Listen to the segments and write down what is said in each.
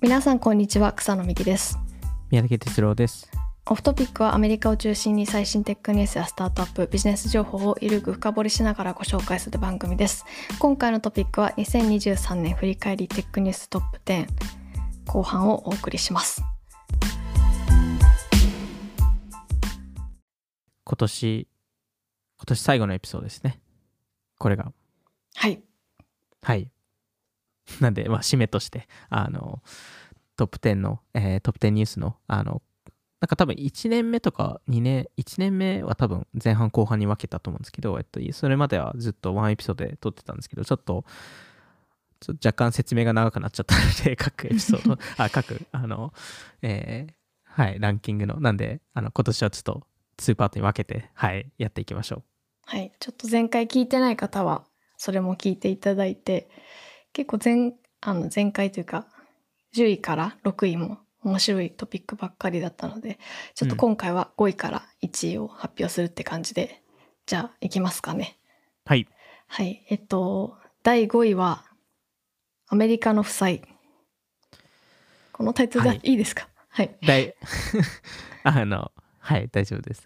皆さんこんにちは、草野美希です。 宮崎哲郎です。 オフトピックはアメリカを中心に最新テックニュースやスタートアップ、ビジネス情報をゆるく深掘りしながらご紹介する番組です。今回のトピックは2023年振り返りテックニューストップ10後半をお送りします。 今年最後のエピソードですね。これが。 はい。 なんで、締めとしてトップ10の、トップ10ニュースのなんか多分1年目とか1年目は多分前半後半に分けたと思うんですけど、それまではずっとワンエピソードで撮ってたんですけど、ちょっと若干説明が長くなっちゃったので各エピソード各ランキングのなんで今年はちょっと2パートに分けてやっていきましょう。 はい、ちょっと前回聞いてない方はそれも聞いていただいて、結構前回というか10位から6位も面白いトピックばっかりだったので、ちょっと今回は5位から1位を発表するって感じで、じゃあいきますかね。 はい。 第5位はアメリカの負債。このタイトルでいいですか？はい。 大丈夫です。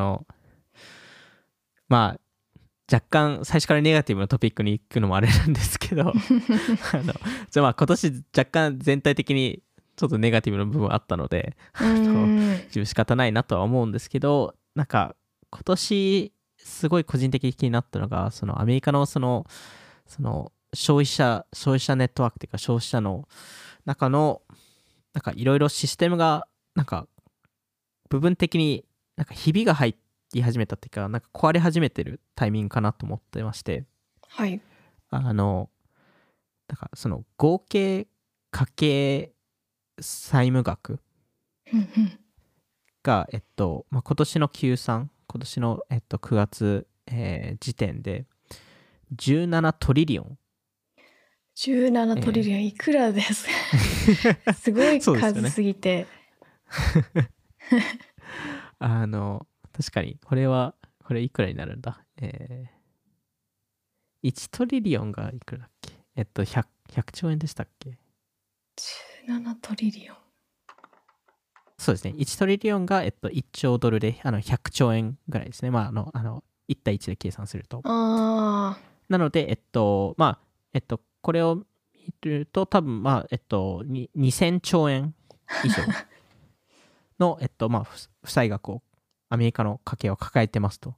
若干最初からネガティブなトピックに行くのもあれなんですけど今年若干全体的にちょっとネガティブな部分あったので仕方ないなとは思うんですけど、なんか今年すごい個人的に気になったのが、そのアメリカのその消費者ネットワークっていうか、消費者の中のなんかいろいろシステムがなんか部分的になんかひびが入って始めたっていうか、なんか壊れ始めてるタイミングかなと思ってまして、 はい。 だからその合計家計債務額が今年のQ3、今年の9月、時点で17トリリオン。 17トリリオン、いくらですすごい数すぎて確かにこれいくらになるんだ、1トリリオンがいくらだっけ、100兆円でしたっけ。 17トリリオン、 そうですね。1トリリオンが、1兆ドルで100兆円ぐらいですね。1対1で計算すると。なので、これを見ると多分、2000兆円以上の、負債額をアメリカの家計を抱えてますと。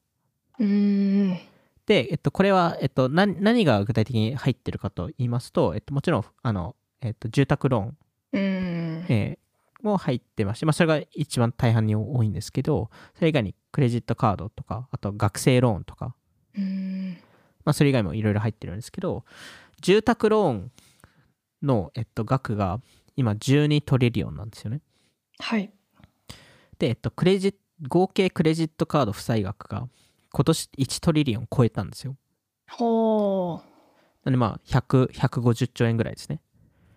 で、これは、何が具体的に入ってるかと言いますと、もちろん住宅ローン、も入ってまして、それが一番大半に多いんですけど、それ以外にクレジットカードとか、あと学生ローンとか、それ以外もいろいろ入ってるんですけど、住宅ローンの、額が今12トリリオンなんですよね。 はい。 で、合計クレジットカード負債額が今年1トリリオン超えたんですよ。 ほう。 なんで150兆円ぐらいですね。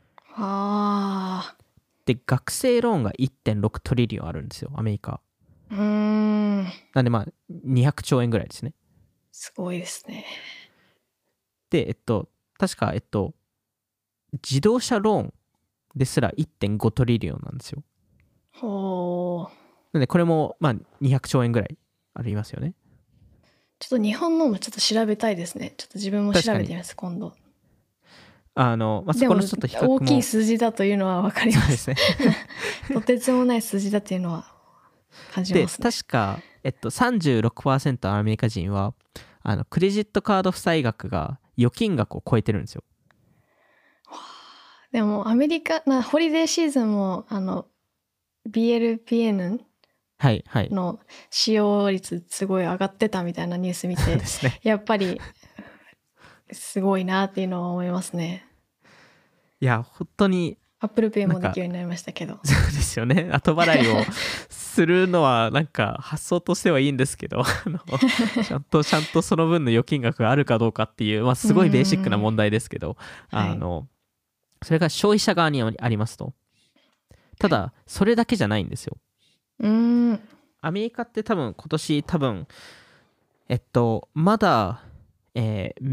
で、学生ローンが 1.6 トリリオンあるんですよ、アメリカ。なんで200兆円ぐらいですね。 すごいですね。 で、確か自動車ローンですら 1.5 トリリオンなんですよ。 ほう。 なんでこれも200兆円ぐらいありますよね。 ちょっと日本のもちょっと調べたいですね。ちょっと自分も調べてみます、今度。 そこのちょっと比較も大きい数字だというのは分かります。 そうですねとてつもない数字だというのは感じますね。 で、確か、36% のアメリカ人はクレジットカード負債額が預金額を超えてるんですよ。 でもアメリカ、ホリデーシーズンもBLPN の使用率すごい上がってたみたいなニュース見て、やっぱりすごいなっていうのは思いますね。 いや本当に Apple Pay もできるようになりましたけど。 そうですよね。後払いをするのはなんか発想としてはいいんですけどちゃんとその分の預金額があるかどうかっていう、すごいベーシックな問題ですけど、それが消費者側にありますと。ただそれだけじゃないんですよ。アメリカって今年まだ、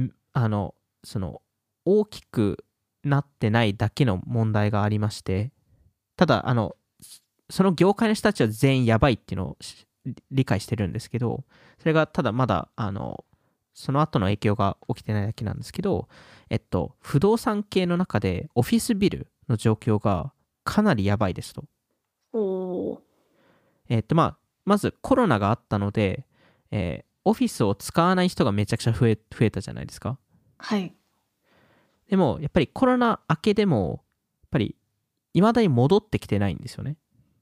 その大きくなってないだけの問題がありまして、 ただその業界の人たちは全員やばいっていうのを理解してるんですけど、それがただまだその後の影響が起きてないだけなんですけど、不動産系の中でオフィスビルの状況がかなりやばいですと。 おまずコロナがあったので、オフィスを使わない人がめちゃくちゃ増えたじゃないですか。 はい。 でもやっぱりコロナ明けでもやっぱり未だに戻ってきてないんですよね。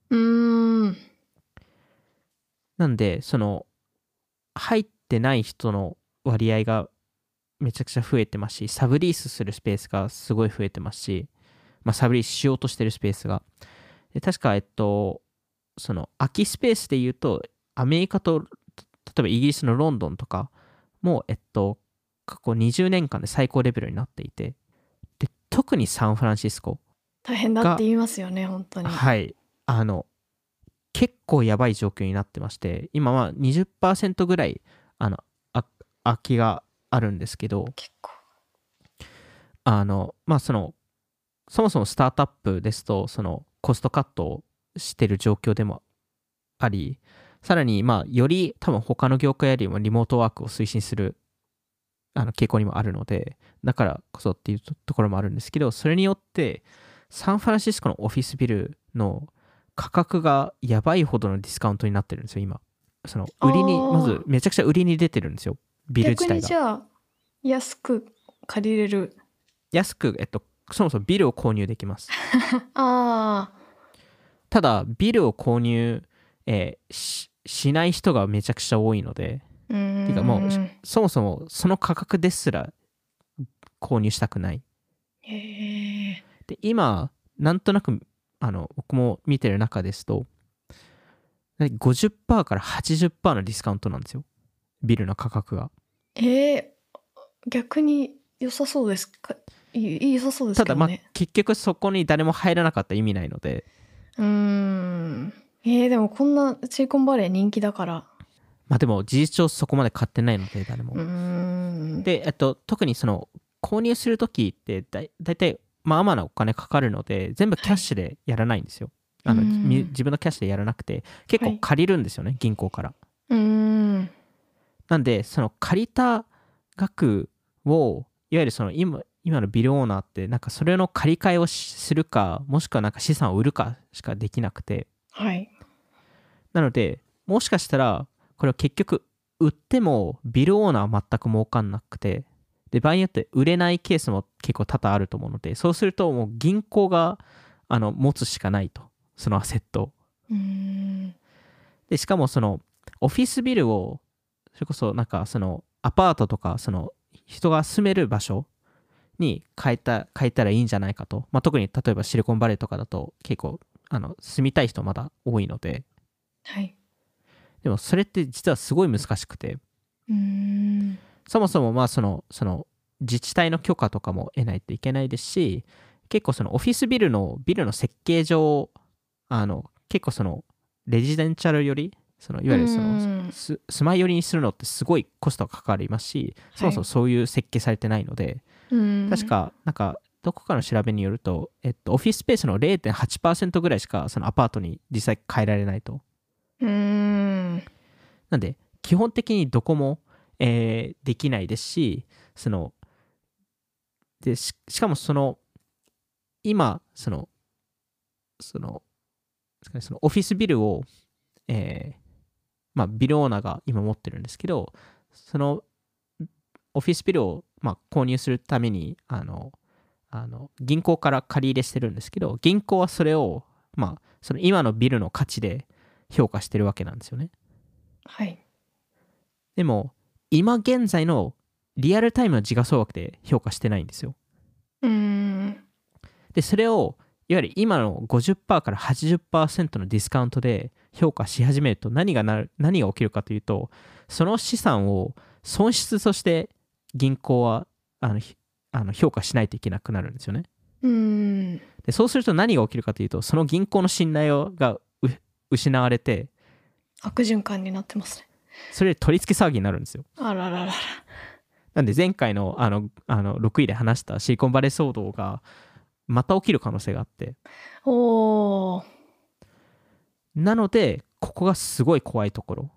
なんで入ってない人の割合がめちゃくちゃ増えてますし、サブリースするスペースがすごい増えてますし、サブリースしようとしてるスペースが。で確かその空きスペースで言うと、アメリカと例えばイギリスのロンドンとかも過去20年間で最高レベルになっていて、で特にサンフランシスコ大変だって言いますよね、本当に。 はい、結構やばい状況になってまして、今は 20% ぐらい空きがあるんですけど、 結構そもそもスタートアップですとコストカットをしてる状況でもあり、さらにより多分他の業界よりもリモートワークを推進する傾向にもあるので、だからこそっていうところもあるんですけど、それによってサンフランシスコのオフィスビルの価格がやばいほどのディスカウントになってるんですよ今。売りにまずめちゃくちゃ売りに出てるんですよ、ビル自体が。 逆にじゃあ安く借りれる。 安くそもそもビルを購入できます。 ああ。 ただビルを購入、しない人がめちゃくちゃ多いので、てかもうそもそもその価格ですら購入したくない。 へえ。 で今なんとなく僕も見てる中ですと 50% から 80% のディスカウントなんですよ、ビルの価格が。 逆に良さそうですか。良さそうですけどね。 ただ結局そこに誰も入らなかったら意味ないので。 でもこんなシリコンバレー人気だから。 でも事実上そこまで買ってないので誰も。で特に購入するときってだいたいまあまあなお金かかるので、全部キャッシュでやらないんですよ。自分のキャッシュでやらなくて結構借りるんですよね、銀行から。なんで借りた額をいわゆる今のビルオーナーってそれの借り換えをするか、もしくは資産を売るかしかできなくて、 はい。 なのでもしかしたらこれを結局売ってもビルオーナーは全く儲かんなくて、で場合によって売れないケースも結構多々あると思うので、そうするともう銀行が持つしかないと、そのアセットを。でしかもオフィスビルをそれこそアパートとか人が住める場所に変えたらいいんじゃないかと、特に例えばシリコンバレーとかだと結構住みたい人まだ多いので、 はい。 でもそれって実はすごい難しくて、そもそもその自治体の許可とかも得ないといけないですし、結構オフィスビルの設計上結構レジデンチャルよりいわゆる住まい寄りにするのってすごいコストがかかりますし、そもそもそういう設計されてないので、確かどこかの調べによると、オフィススペースの 0.8% ぐらいしかアパートに実際変えられないと。なんで基本的にどこも、できないですし、で しかも今オフィスビルを、ビルオーナーが今持ってるんですけど、そのオフィスビルを購入するために銀行から借り入れしてるんですけど、銀行はそれを今のビルの価値で評価してるわけなんですよね。 はい。 でも今現在のリアルタイムの時価総額で評価してないんですよ。でそれをいわゆる今の 50% から 80% のディスカウントで評価し始めると何が起きるかというと、その資産を損失として銀行は評価しないといけなくなるんですよね。でそうすると何が起きるかというと、その銀行の信頼が失われて悪循環になってますね。 それで取り付け騒ぎになるんですよ。 あらららら。 なんで前回の6位で話したシリコンバレー騒動がまた起きる可能性があって、 おー。 なのでここがすごい怖いところ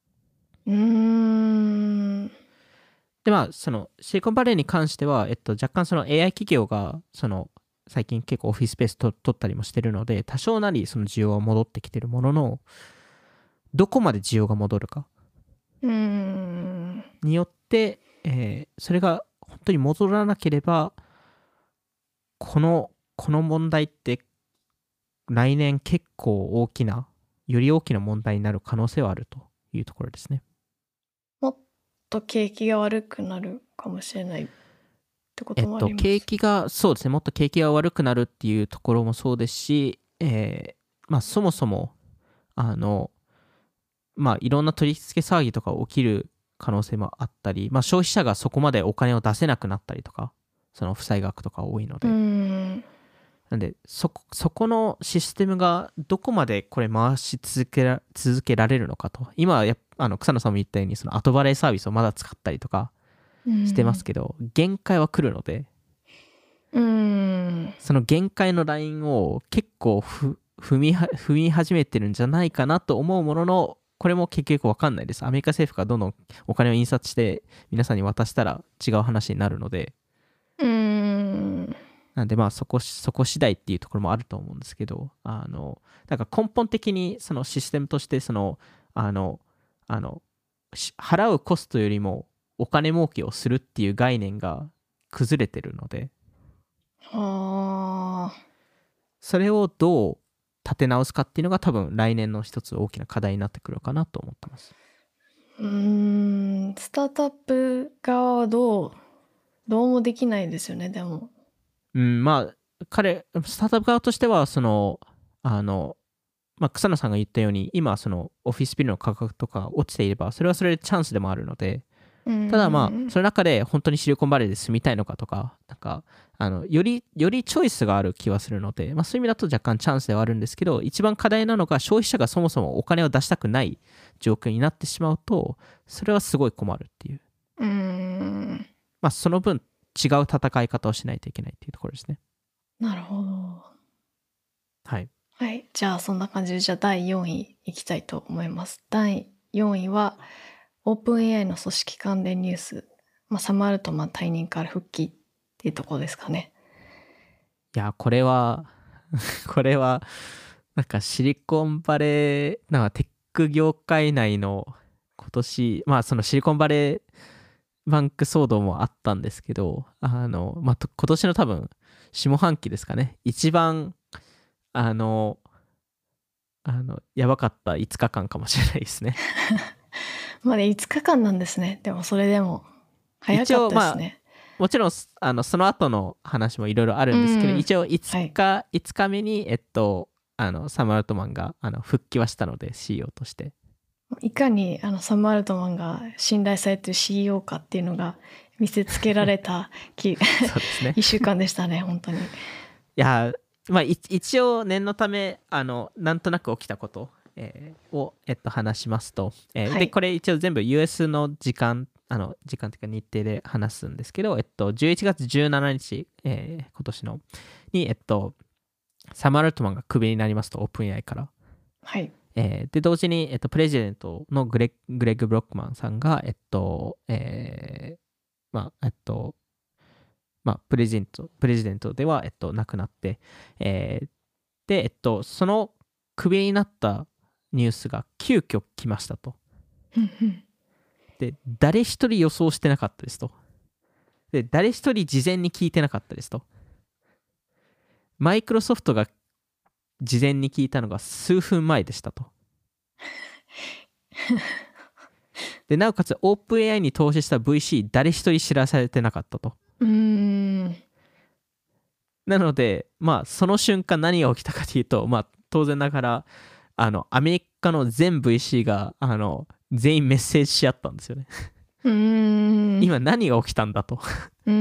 で、まあそのシリコンバレーに関しては、若干その AI 企業がその最近結構オフィススペース取ったりもしてるので、多少なりその需要は戻ってきてるものの、どこまで需要が戻るかによって、それが本当に戻らなければ、この問題って来年結構より大きな問題になる可能性はあるというところですね。 もっと景気が悪くなるかもしれないってこともあります。 景気が、そうですね、もっと景気が悪くなるっていうところもそうですし、まあそもそもまあいろんな取り付け騒ぎとか起きる可能性もあったり、まあ消費者がそこまでお金を出せなくなったりとか、その負債額とか多いので、なんでそこのシステムがどこまでこれ回し続けられるのかと。今は草野さんも言ったようにその後払いサービスをまだ使ったりとかしてますけど、限界は来るので、その限界のラインを結構踏み始めてるんじゃないかなと思うものの、これも結局分かんないです。アメリカ政府がどんどんお金を印刷して皆さんに渡したら違う話になるので、なんでまあそこ次第っていうところもあると思うんですけど、なんか根本的にそのシステムとしてその払うコストよりもお金儲けをするっていう概念が崩れてるので、それをどう立て直すかっていうのが多分来年の一つ大きな課題になってくるかなと思ってます。 スタートアップ側はどうもできないですよね、でも。 まあスタートアップ側としてはそのまあ、草野さんが言ったように今そのオフィスビルの価格とか落ちていればそれはそれでチャンスでもあるので、ただまあその中で本当にシリコンバレーで住みたいのかとか、なんかよりチョイスがある気はするので、まあ、そういう意味だと若干チャンスではあるんですけど、一番課題なのが消費者がそもそもお金を出したくない状況になってしまうと、それはすごい困るっていう、まあその分違う戦い方をしないといけないっていうところですね。 なるほど。 はい。 はい。じゃあそんな感じで、じゃあ第4位いきたいと思います。第4位は、オープン AI の組織関連ニュース。まあ、サム・アルトマン退任から復帰っていうところですかね。 いや、これはなんかシリコンバレー、なんかテック業界内の今年、まあそのシリコンバレーバンク騒動もあったんですけど、まあ今年の多分下半期ですかね、一番やばかった5日間かもしれないですね。 まだ5日間なんですね。でもそれでも早かったですね。 もちろんその後の話もいろいろあるんですけど、一応5日目にサム・アルトマンが復帰はしたので CEO として。 いかにサム・アルトマンが信頼されてる CEO かっていうのが見せつけられたそうですね、 1週間でしたね、本当に。いや、まあ、一応念のためなんとなく起きたこと、を、話しますと、でこれ一応全部 US の時間というか日程で話すんですけど、11月17日、今年のに、サム・アルトマンがクビになりますと、オープン AI から。 はい。 で同時に、プレジデントのグレッグ・ブロックマンさんが、プレジデントでは、亡くなって、で、そのクビになったニュースが急遽来ましたと。で、誰一人予想してなかったですと。で、誰一人事前に聞いてなかったですと。マイクロソフトが事前に聞いたのが数分前でしたと。で、なおかつオープン AI に投資した VC 誰一人知らされてなかったと。なので、まあその瞬間何が起きたかというと、まあ当然ながらアメリカの全 VC が全員メッセージし合ったんですよね。今何が起きたんだと。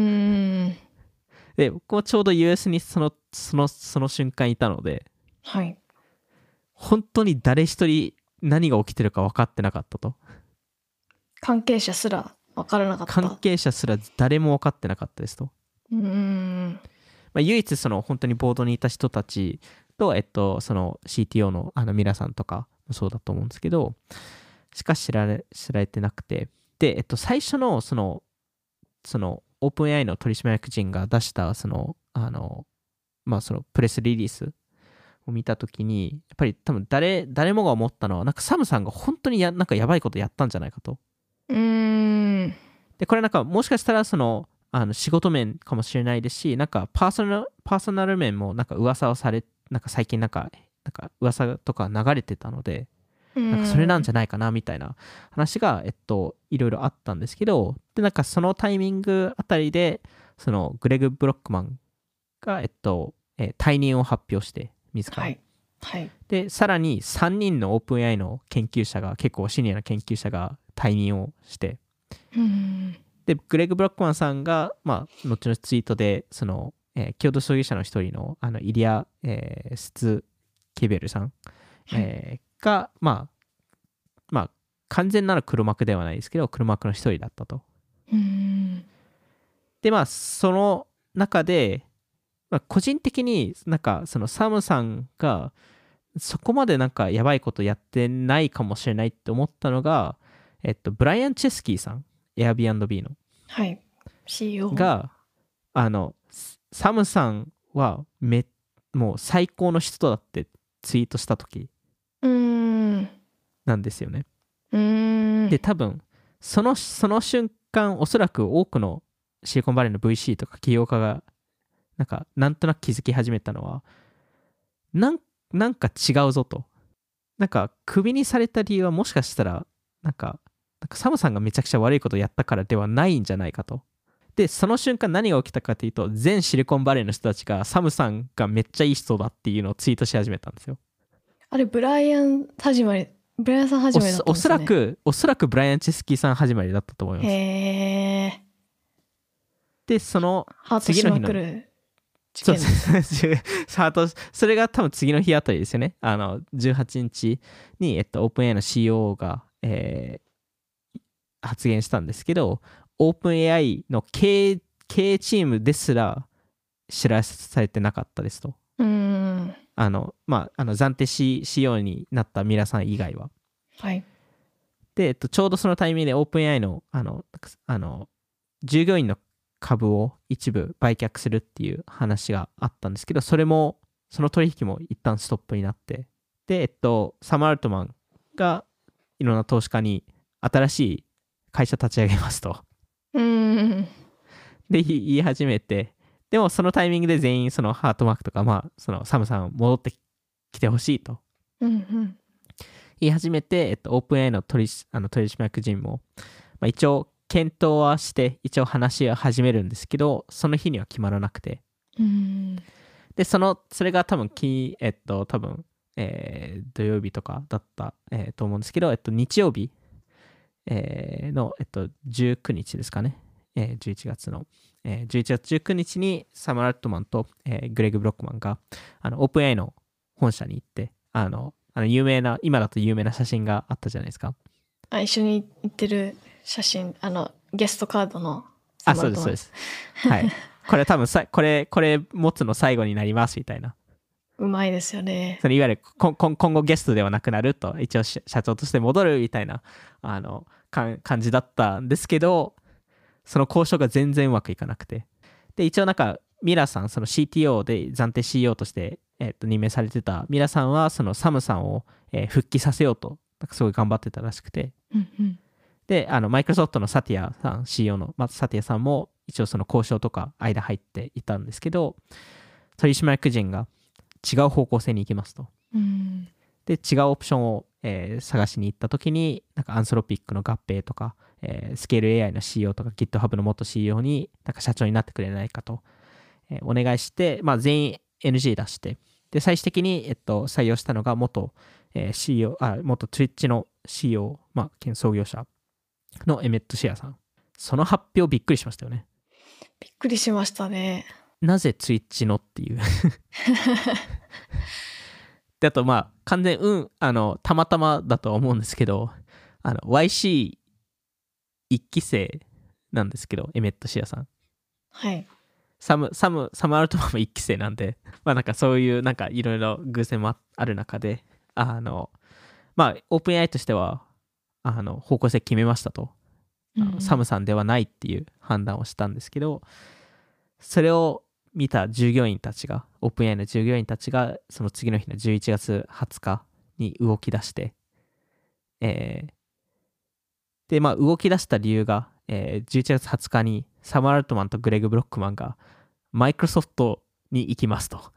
で、僕もちょうど US にその瞬間いたので、 はい、 本当に誰一人何が起きてるか分かってなかったと。 関係者すら分からなかった。 関係者すら誰も分かってなかったですと。 唯一その本当にボードにいた人たちと、その CTO のミラさんとかもそうだと思うんですけど、しか知られてなくて、で、最初のそのオープン AI の取締役人が出したそのそのプレスリリースを見たときに、やっぱり多分誰もが思ったのは、なんかサムさんが本当になんかやばいことやったんじゃないかと。で、これなんかもしかしたらその仕事面かもしれないですし、なんかパーソナル面もなんか噂をされ、なんか最近なんか噂とか流れてたので、なんかそれなんじゃないかなみたいな話がいろいろあったんですけど、でなんかそのタイミングあたりでそのグレグ・ブロックマンが退任を発表して自ら、 はいはい、 でさらに3人のオープン AI の研究者が、結構シニアな研究者が退任をして、でグレッグ・ブロックマンさんが、後のツイートでその、共同創業者の一人のイリア、スツケベルさん、が完全なる黒幕ではないですけど、黒幕の一人だったと。でその中で、個人的になんかそのサムさんがそこまでなんかやばいことやってないかもしれないって思ったのが、ブライアン・チェスキーさん、 Airbnb の、 はい、CEO がサムさんはもう最高の人だってツイートした時なんですよね。で多分その瞬間、おそらく多くのシリコンバレーの VC とか起業家がなんとなく気づき始めたのは、なんか違うぞと。なんかクビにされた理由はもしかしたらなんかサムさんがめちゃくちゃ悪いことをやったからではないんじゃないかと。でその瞬間何が起きたかというと、全シリコンバレーの人たちがサムさんがめっちゃいい人だっていうのをツイートし始めたんですよ。 あれブライアンさん始まりだったんですね。 おそらくブライアン・チェスキーさん始まりだったと思います。 へー。 でその次の日のそれが多分次の日あたりですよね。18日に、オープン AI の CEO が、発言したんですけど、オープン AI の経営チームですら知らされてなかったですと。暫定 CEO になったミラさん以外は。 はい。 で、ちょうどそのタイミングでオープン AI の従業員の株を一部売却するっていう話があったんですけど、その取引も一旦ストップになって、で、サム・アルトマンがいろんな投資家に新しい会社立ち上げますと。で、言い始めて、でもそのタイミングで全員そのハートマークとか、そのサムさん戻ってきてほしいと言い始めて、オープン AI の取締役人も、一応検討はして一応話は始めるんですけど、その日には決まらなくて、でそれが多分多分、土曜日とかだった、と思うんですけど、日曜日、の、19日ですかね、11月の、11月19日にサム・アルトマンと、グレッグ・ブロックマンがオープン AI の本社に行って、今だと有名な写真があったじゃないですか。 一緒に行ってる写真、ゲストカードのサム・アルトマン。そうですはい。これ多分これ持つの最後になりますみたいな。 うまいですよね。 いわゆる今後ゲストではなくなると、一応社長として戻るみたいな感じだったんですけど、その交渉が全然うまくいかなくて、で一応なんかミラさん、その CTO で暫定 CEO として、任命されてたミラさんはそのサムさんを、復帰させようとなんかすごい頑張ってたらしくて、でマイクロソフトのサティアさん CEO のサティアさんも一応その交渉とか間入っていたんですけど、取締役人が違う方向性に行きますと、で違うオプションを、探しに行った時に、なんかアンソロピックの合併とか、スケール AI の CEO とか GitHub の元 CEO になんか社長になってくれないかと、お願いして、全員 NG 出して、で最終的に、採用したのが元、CEO 元 Twitch の CEO、兼創業者のエメット・シェアさん。その発表びっくりしましたよね。 びっくりしましたね。 なぜ Twitch のっていうで、あと完全たまたまだとは思うんですけど、YC 一期生なんですけど、エメット・シアさん。 はい。 サムアルトマンも1期生なんで、まあなんかそういうなんかいろいろ偶然もある中で、まあオープン AI としては方向性決めましたと、サムさんではないっていう判断をしたんですけど、それを見た従業員たちが、オープン AI の従業員たちがその次の日の11月20日に動き出して、でまあ動き出した理由が、11月20日にサム・アルトマンとグレグ・ブロックマンがマイクロソフトに行きますと。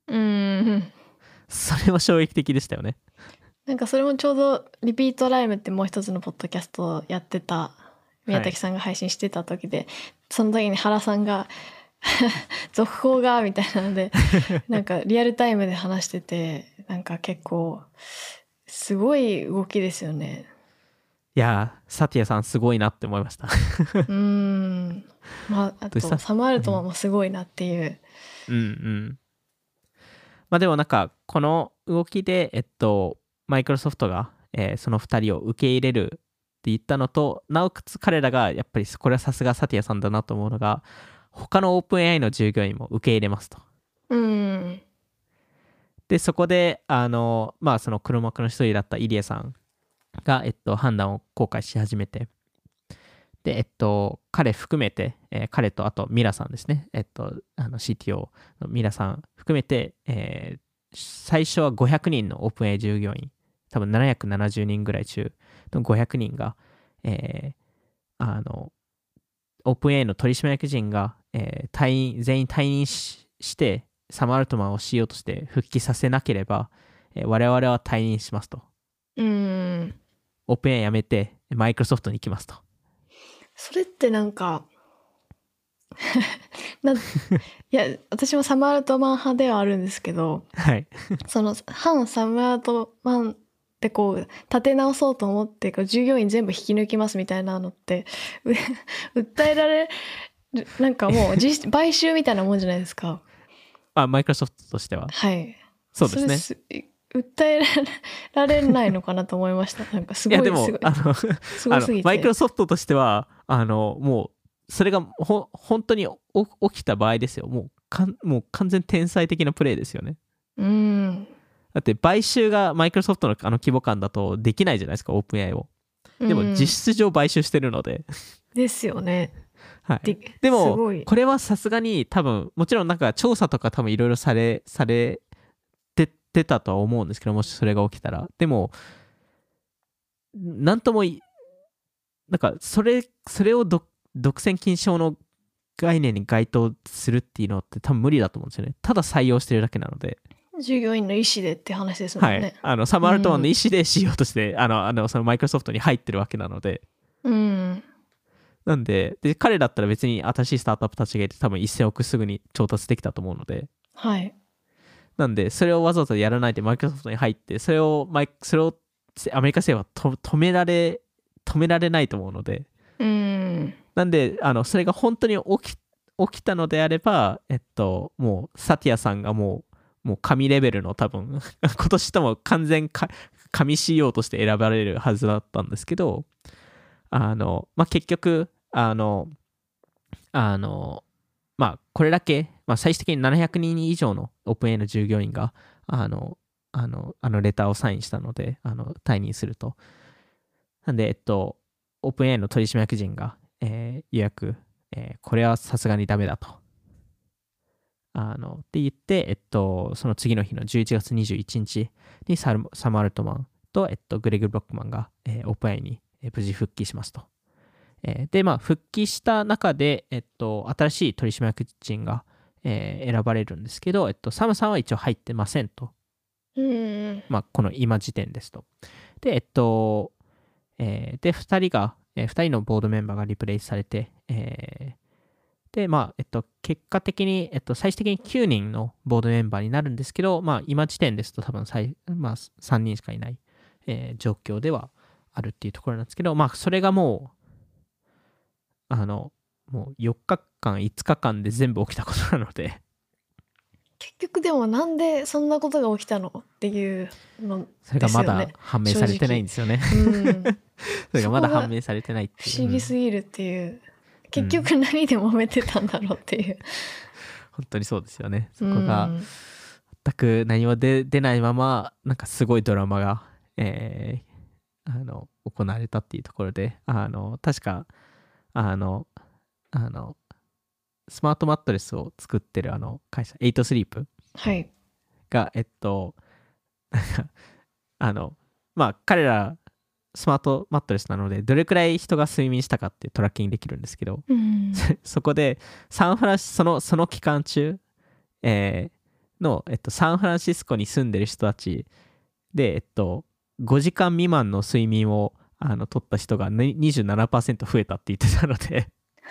それは衝撃的でしたよね。 なんかそれもちょうどリピートライムってもう一つのポッドキャストをやってた宮崎さんが配信してた時で、その時に原さんが続報がみたいなのでなんかリアルタイムで話してて、なんか結構すごい動きですよね。 いやー、サティアさんすごいなって思いましたまあ、あとサム・アルトマンもすごいなっていう。 まあでもなんかこの動きでマイクロソフトが、その2人を受け入れるって言ったのと、なおかつ彼らがやっぱりこれはさすがサティアさんだなと思うのが、他のオープン AI の従業員も受け入れますと。でそこでまあその黒幕の一人だったイリエさんが、判断を公開し始めて、で彼含めて、彼とあとミラさんですね、CTO のミラさん含めて、最初は500人のオープン AI 従業員、多分770人ぐらい中の500人が、オープン AI の取締役人が、全員退任してサム・アルトマンをしようとして復帰させなければ、我々は退任しますと。オープン AI やめてマイクロソフトに行きますと。 それってなんかいや私もサム・アルトマン派ではあるんですけど、 はい、 その反サム・アルトマンってこう立て直そうと思って従業員全部引き抜きますみたいなのって訴えられる、なんかもう買収みたいなもんじゃないですか。 マイクロソフトとしては。 はい。 そうですね。 訴えられないのかなと思いました。なんかすごい。いやでもすごすぎてマイクロソフトとしてはもうそれが本当に起きた場合ですよ。もう完全天才的なプレーですよね。だって買収がマイクロソフトの規模感だとできないじゃないですか、オープン AI を。でも実質上買収してるので。 ですよね。 はい、でもこれはさすがに多分もちろんなんか調査とか多分いろいろされてたとは思うんですけど、もしそれが起きたら。でもなんともなんかそれを独占禁止法の概念に該当するっていうのって多分無理だと思うんですよね。ただ採用してるだけなので。 従業員の意思でって話ですもんね。 はい、サム・アルトマンの意思でしようとして、そのマイクロソフトに入ってるわけなので。なんで彼だったら別に新しいスタートアップ立ち上げて多分1000億すぐに調達できたと思うので、 はい、 なんでそれをわざわざやらないでマイクロソフトに入って、それをアメリカ政府は止められないと思うので、なんでそれが本当に起きたのであれば、もうサティアさんがもう神レベルの多分今年とも完全神 CEO として選ばれるはずだったんですけど、結局まあこれだけ、最終的に700人以上のオープン AI の従業員がレターをサインしたので退任すると。なんでオープン AI の取締役人が、予約、これはさすがにダメだとって言って、その次の日の11月21日にサム・アルトマンと、グレグ・ブロックマンが、オープン AI に無事復帰しますと。で、復帰した中で、新しい取締役人が、選ばれるんですけど、サムさんは一応入ってませんと。この今時点ですと。で、2人のボードメンバーがリプレイスされて、で、結果的に、最終的に9人のボードメンバーになるんですけど、今時点ですと多分3人しかいない、状況ではあるっていうところなんですけど、それがもう4日間、5日間で全部起きたことなので。 結局でもなんでそんなことが起きたのっていうのですよね。 それがまだ判明されてないんですよね。それがまだ判明されてないっていう。 不思議すぎるっていう。結局何で揉めてたんだろうっていう。 本当にそうですよね。そこが全く何も出ないままなんかすごいドラマが、行われたっていうところで、確かスマートマットレスを作ってる会社エイトスリープが、まあ彼らスマートマットレスなのでどれくらい人が睡眠したかってトラッキングできるんですけど、そこでその期間中、サンフランシスコに住んでる人たちで、5時間未満の睡眠を取った人が 27% 増えたって言ってたので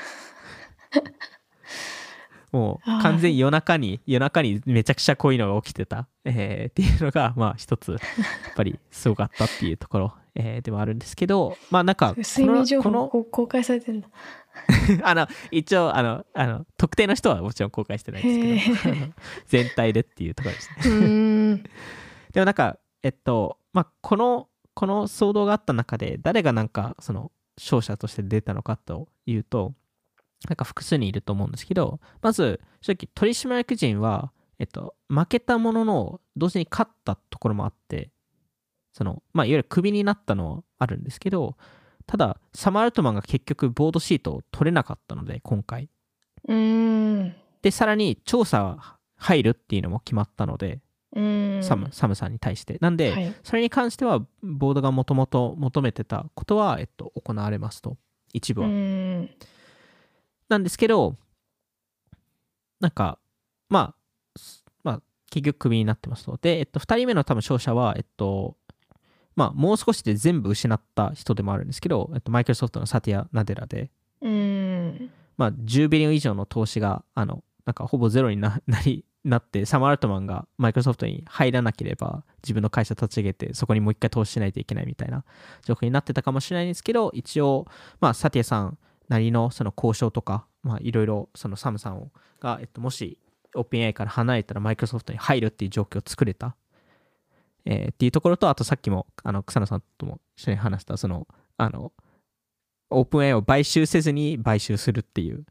もう完全に夜中にめちゃくちゃこういうのが起きてた、っていうのがまあ一つやっぱりすごかったっていうところ、でもあるんですけど、まあなんか睡眠情報公開されてるんだ一応特定の人はもちろん公開してないですけど全体でっていうところですねでもなんかまあこの騒動があった中で誰がなんかその勝者として出たのかというと、なんか複数にいると思うんですけど、まず正直取締役陣は、負けたものの同時に勝ったところもあって、いわゆるクビになったのはあるんですけど、ただサム・アルトマンが結局ボードシートを取れなかったので今回で、さらに調査入るっていうのも決まったので、サムさんに対してなんで、それに関してはボードがもともと求めてたことは、行われますと、一部はなんですけど、なんかまあ結局クビになってますと。で、2人目の多分勝者はまあもう少しで全部失った人でもあるんですけど、マイクロソフトのサティア・ナデラで、まあ10ビリオン以上の投資がなんかほぼゼロになってサム・アルトマンがマイクロソフトに入らなければ自分の会社立ち上げてそこにもう一回投資しないといけないみたいな状況になってたかもしれないんですけど、一応まあサティアさんなりのその交渉とか、まあいろいろそのサムさんが、もしオープン AI から離れたらマイクロソフトに入るっていう状況を作れた、っていうところと、あとさっきも草野さんとも一緒に話したそのオープン AI を買収せずに買収するっていう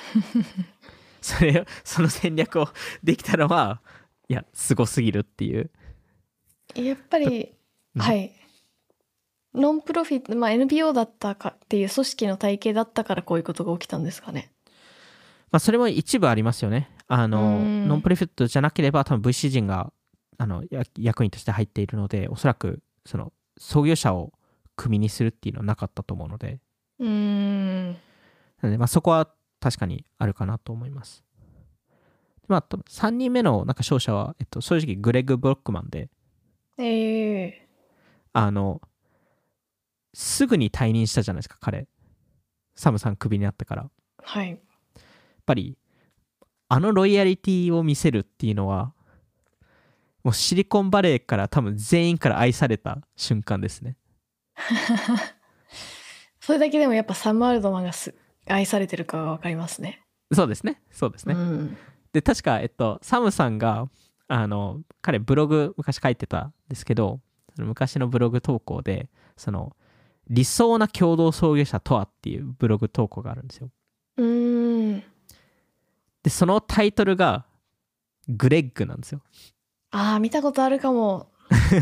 その戦略をできたのはいやすごすぎるっていう。 やっぱり、はい、ノンプロフィット、まあ、NPO だったかっていう組織の体系だったからこういうことが起きたんですかね。 まあそれも一部ありますよね。ノンプロフィットじゃなければ多分 VC 陣が役員として入っているので、おそらくその創業者をクビにするっていうのはなかったと思うので、なのでまあそこは確かにあるかなと思います。まあ3人目のなんか勝者は、正直グレッグ・ブロックマンで、すぐに退任したじゃないですか彼。サムさんクビになったから。 はい。 やっぱりロイヤリティを見せるっていうのはもうシリコンバレーから多分全員から愛された瞬間ですねそれだけでもやっぱサム・アルトマンが愛されてるかが分かりますね。 そうですね、で確かサムさんが彼ブログ昔書いてたんですけど、その昔のブログ投稿でその理想な共同創業者とはっていうブログ投稿があるんですよ。でそのタイトルがグレッグなんですよ。 見たことあるかも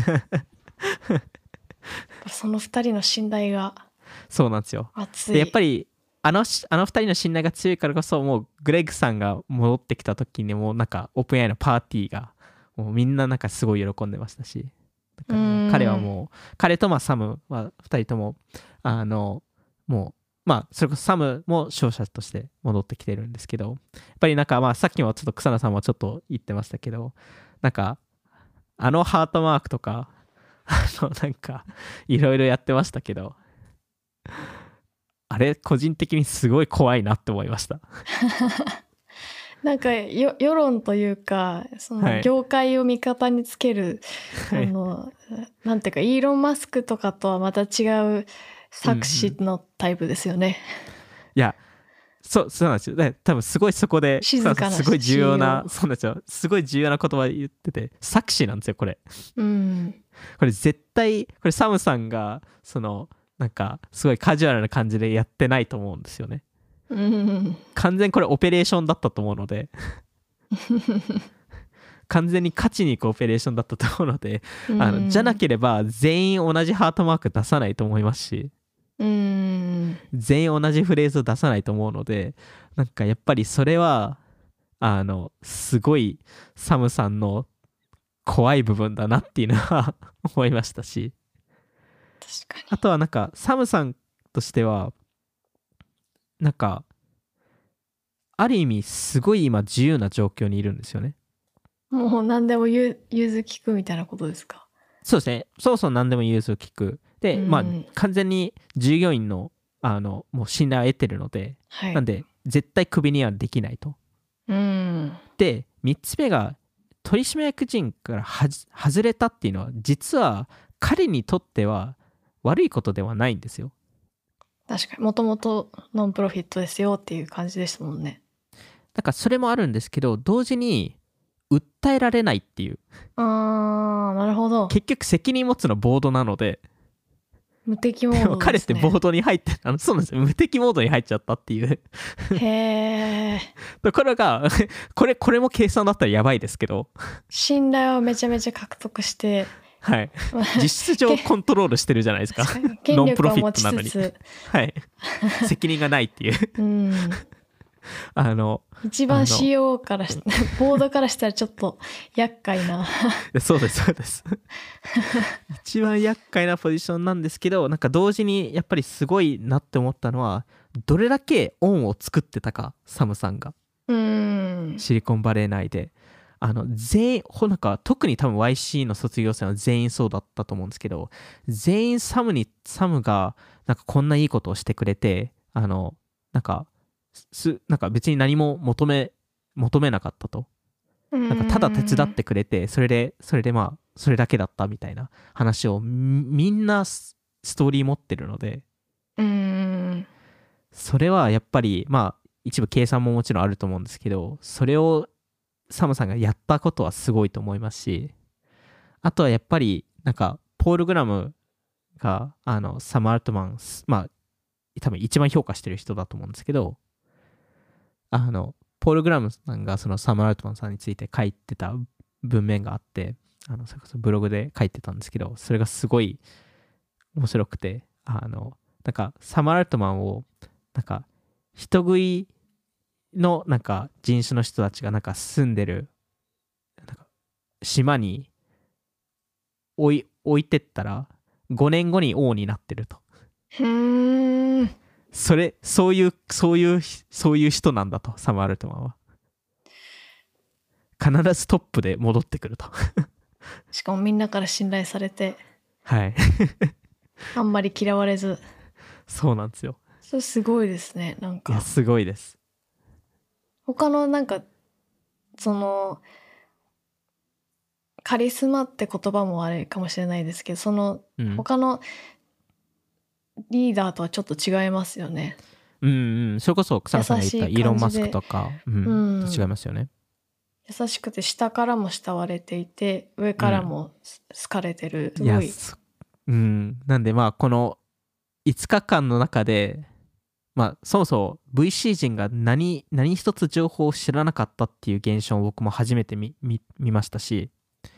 その2人の信頼がそうなんですよ。 熱い。 でやっぱり2人の信頼が強いからこそ、もうグレッグさんが戻ってきた時にもうなんかオープン AI のパーティーがもうみんななんかすごい喜んでましたし、彼はもう彼とサムは2人とももうまあそれこそサムも勝者として戻ってきてるんですけど、やっぱりなんかさっきもちょっと草野さんもちょっと言ってましたけど、なんかハートマークとかなんかいろいろやってましたけど、あれ個人的にすごい怖いなって思いましたなんか世論というかその業界を味方につける、なんていうかイーロン・マスクとかとはまた違う作詞のタイプですよね。 いやそうなんですよ。多分すごいそこですごい重要な、そうなんですよ、すごい重要な言葉言ってて、作詞なんですよこれ。これ絶対これサムさんがなんかすごいカジュアルな感じでやってないと思うんですよね。完全これオペレーションだったと思うので完全に勝ちに行くオペレーションだったと思うので、 うんじゃなければ全員同じハートマーク出さないと思いますし、 うん全員同じフレーズを出さないと思うので、なんかやっぱりそれはすごいサムさんの怖い部分だなっていうのは思いましたし、 確かあとはなんかサムさんとしてはなんかある意味すごい今自由な状況にいるんですよね。 にもう何でも融通聞くみたいなことですか？ そうですね。そもそも何でも融通を聞く。で、まあ完全に従業員のもう信頼を得てるので、 はい、 なんで絶対クビにはできないと。で3つ目が取締役人から外れたっていうのは実は彼にとっては悪いことではないんですよ。 確かにもともとノンプロフィットですよっていう感じでしたもんね。 だからそれもあるんですけど、同時に訴えられないっていう。 なるほど。 結局責任持つのボードなので、 無敵モードですね。 でも彼ってボードに入ってそうなんですよ、無敵モードに入っちゃったっていうへえ。 ところがこれも計算だったらやばいですけど、 信頼をめちゃめちゃ獲得してはい実質上コントロールしてるじゃないですかノンプロフィットなのに、はい責任がないっていう一番 CO からボードからしたらちょっと厄介なそうですそうです一番厄介なポジションなんですけど、なんか同時にやっぱりすごいなって思ったのは、どれだけ恩を作ってたか、サムさんがシリコンバレー内で全員なんか特に多分 YC の卒業生は全員そうだったと思うんですけど、全員サムがなんかこんないいことをしてくれて、なんか別に何も求めなかったと、なんかただ手伝ってくれて、それでまあそれだけだったみたいな話をみんなストーリー持ってるので、それはやっぱりまあ一部計算ももちろんあると思うんですけど、それをサムさんがやったことはすごいと思いますし、あとはやっぱりなんかポール・グラムがサム・アルトマン、まあ多分一番評価してる人だと思うんですけど、ポール・グラムさんがそのサム・アルトマンさんについて書いてた文面があって、それこそブログで書いてたんですけど、それがすごい面白くて、なんかサム・アルトマンをなんか人食いのなんか人種の人たちがなんか住んでるなんか島に置いてったら5年後に王になってると。そういう人なんだと、サム・アルトマンは。必ずトップで戻ってくるとしかもみんなから信頼されて、 はいあんまり嫌われず。 そうなんですよ。 それすごいですね。なんかいやすごいです。 他のなんかそのカリスマって言葉もあれかもしれないですけど、その他のリーダーとはちょっと違いますよね。 それこそ草野さんが言ったイーロン・マスクとか、と違いますよね。 優しくて下からも慕われていて上からも好かれてる、すごい。 なんでまあこの5日間の中で、まあそもそも VC 陣が何一つ情報を知らなかったっていう現象を僕も初めて見ましたし、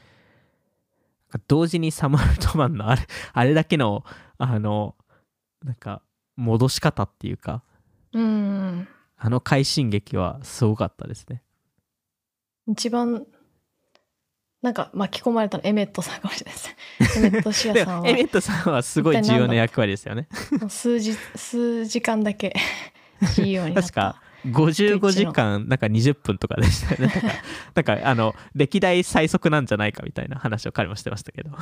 同時にサム・アルトマンのあれだけのなんか戻し方っていうか、快進撃はすごかったですね。 一番なんか巻き込まれたのエメットさんかもしれないですエメットシアさんはエメットさんはすごい重要な役割ですよね数時間だけ CEO になった。 確か55時間なんか20分とかでしたよねなんか歴代最速なんじゃないかみたいな話を彼もしてましたけど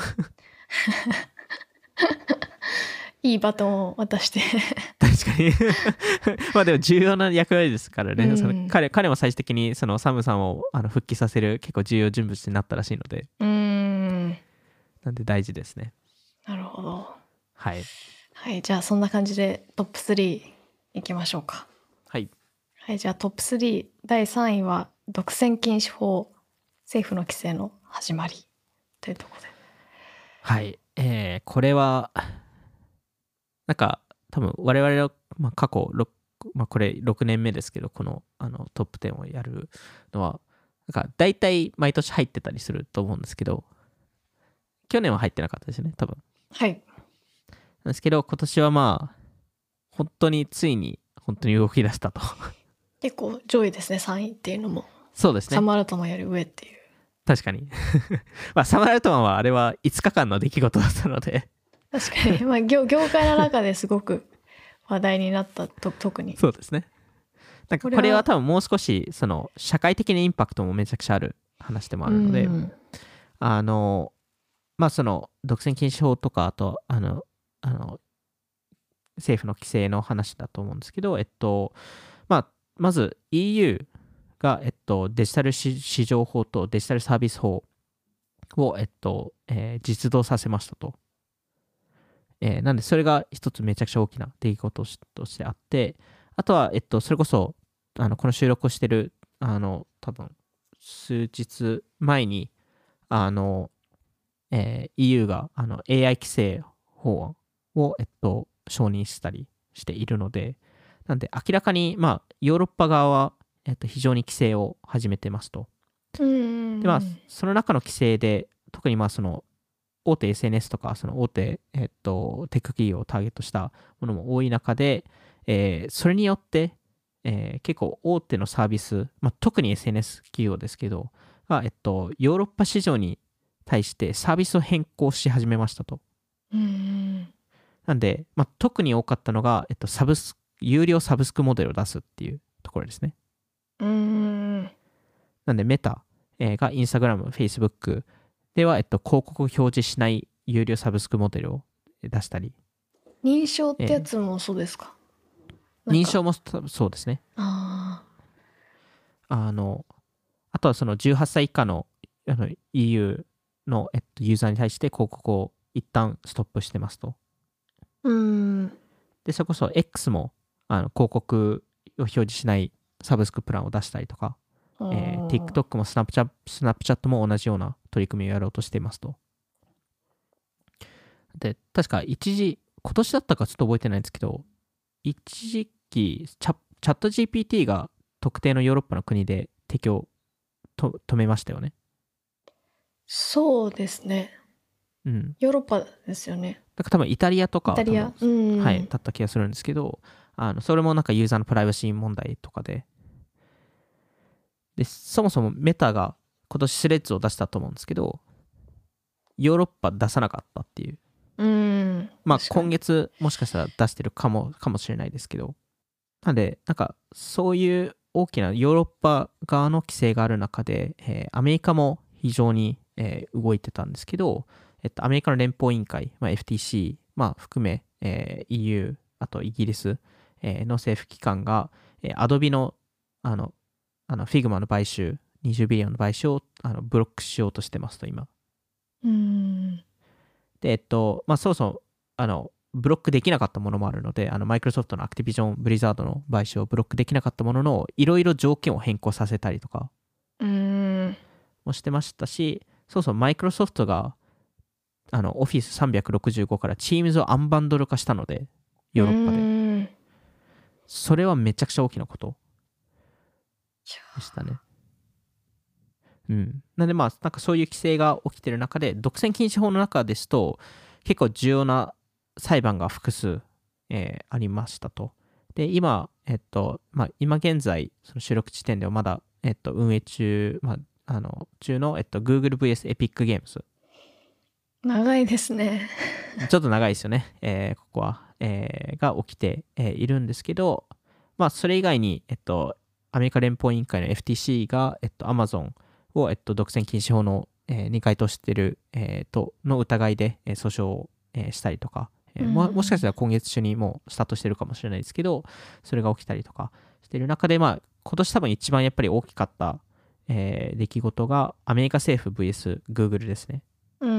いいバトンを渡して確かにまあでも重要な役割ですからね、その彼も最終的にそのサムさんを復帰させる結構重要人物になったらしいので、なんで大事ですね。 なるほど。 はい、 はい、じゃあそんな感じでトップ3いきましょうか。 はいはい、じゃあトップ3第3位は独占禁止法、政府の規制の始まりというところで、 はい、これはなんか多分我々の、過去これ6年目ですけど、このトップ10をやるのはなんか大体毎年入ってたりすると思うんですけど、去年は入ってなかったですよね、多分。 はい。 なんですけど、今年はまあ、本当についに本当に動き出したと。 結構上位ですね、3位っていうのも。 そうですね。 サマーアルトマンより上っていう。 確かに。まあ、サマーアルトマンはあれは5日間の出来事だったので。 確かに。まあ業界の中ですごく話題になったと、特に。 そうですね。なんかこれは多分もう少し、その、社会的なインパクトもめちゃくちゃある話でもあるので、まあその、独占禁止法とか、あと、政府の規制の話だと思うんですけど、まあ、まず EU が、デジタル市場法とデジタルサービス法を、実動させましたと。なんで、それが一つめちゃくちゃ大きな出来事としてあって、あとは、それこそ、この収録をしてる、多分、数日前に、EU がAI 規制法案を、承認したりしているので、なんで明らかに、まあ、ヨーロッパ側は、非常に規制を始めてますと。で、まあ、その中の規制で、特にまあ、その、大手 SNS とか、その大手、テック企業をターゲットしたものも多い中で、それによって、結構大手のサービス、まあ、特に SNS 企業ですけど、が、ヨーロッパ市場に対してサービスを変更し始めましたと。なんで、まあ、特に多かったのが、有料サブスクモデルを出すっていうところですね。なんで、メタ、がインスタグラム、フェイスブックでは、広告を表示しない有料サブスクモデルを出したり。 認証ってやつもそうですか？ 認証もそうですね。 あとはその18歳以下のEU の、ユーザーに対して広告を一旦ストップしてますと。で、それこそ X も広告を表示しないサブスクプランを出したりとか、TikTok もスナップチャットも同じような取り組みをやろうとしていますと。で、確か今年だったかちょっと覚えてないんですけど、一時期チャット GPT が特定のヨーロッパの国で適用止めましたよね。 そうですね。ヨーロッパですよね。 だから多分イタリアとか、 はい、だった気がするんですけど、それもなんかユーザーのプライバシー問題とかで、そもそもメタが今年スレッズを出したと思うんですけど、ヨーロッパ出さなかったっていう。まあ今月もしかしたら出してるかもしれないですけど、なんでなんかそういう大きなヨーロッパ側の規制がある中で、アメリカも非常に、動いてたんですけど、アメリカの連邦委員会、まあ、FTC、まあ、含め、EU、あとイギリス、の政府機関が、Adobe のFigma の買収、20ビリオンの買収をブロックしようとしてますと、今。で、まあ、そもそも、ブロックできなかったものもあるので、マイクロソフトのアクティビジョン、ブリザードの買収をブロックできなかったものの、いろいろ条件を変更させたりとかもしてましたし、そうそう、マイクロソフトが、オフィス365から Teams をアンバンドル化したので、ヨーロッパで。それはめちゃくちゃ大きなことでしたね。なんでまあ、なんかそういう規制が起きてる中で、独占禁止法の中ですと、結構重要な裁判が複数、ありましたと。で、今、まあ、今現在、その収録地点ではまだ、運営中、まあ、中の、Google vs Epic Games。 長いですね。 ちょっと長いですよね。ここは、が起きて、いるんですけど、まあ、それ以外に、アメリカ連邦委員会の FTC が、Amazon を、独占禁止法の、に該当している、の疑いで、訴訟を、したりとか、もしかしたら今月中にもうスタートしてるかもしれないですけど、それが起きたりとかしている中で、まあ、今年多分一番やっぱり大きかった、出来事がアメリカ政府 vs Google ですね。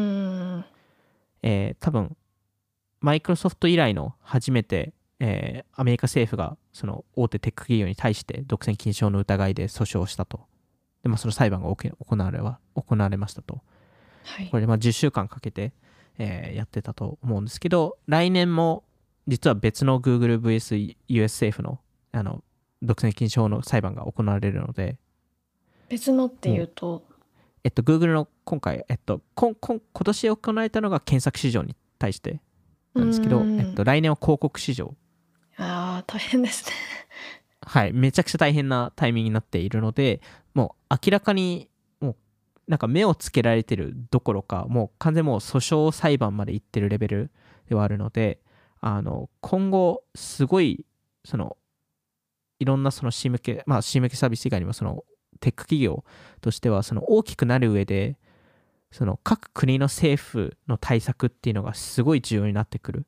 多分マイクロソフト以来の初めて、アメリカ政府がその大手テック企業に対して独占禁止法の疑いで訴訟をしたと。で、まあ、その裁判が行われましたと。 はい、 これでまあ10週間かけて、やってたと思うんですけど、来年も実は別の Google vs US 政府の、独占禁止法の裁判が行われるので、 別のっていうと、 Google の今回、今年行われたのが検索市場に対してなんですけど、来年は広告市場。 大変ですね。 はい、めちゃくちゃ大変なタイミングになっているので、もう明らかにもうなんか目をつけられてるどころか、もう完全もう訴訟裁判まで行ってるレベルではあるので、今後すごいいろんなC向け、C 向けサービス以外にもテック企業としては大きくなる上で各国の政府の対策っていうのがすごい重要になってくる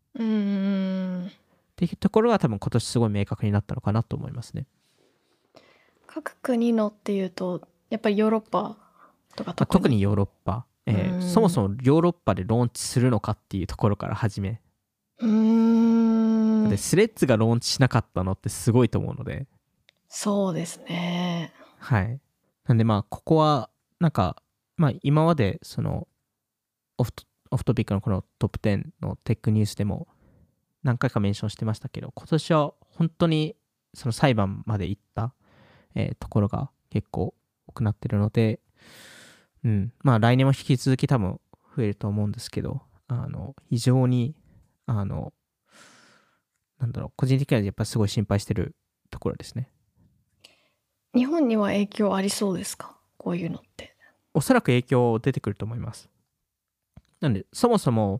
っていうところが多分今年すごい明確になったのかなと思いますね。 各国のっていうとやっぱりヨーロッパとか特にヨーロッパ、そもそもヨーロッパでローンチするのかっていうところから始めでスレッズがローンチしなかったのってすごいと思うので。 そうですね。 はい。なんでここはなんか今までオフトピックのこのトップ10のテックニュースでも何回かメンションしてましたけど、今年は本当に裁判まで行った、ところが結構多くなってるので、来年も引き続き多分増えると思うんですけど、非常に個人的にはやっぱりすごい心配してるところですね。 日本には影響ありそうですか、こういうのって。 おそらく影響出てくると思います。なんでそもそも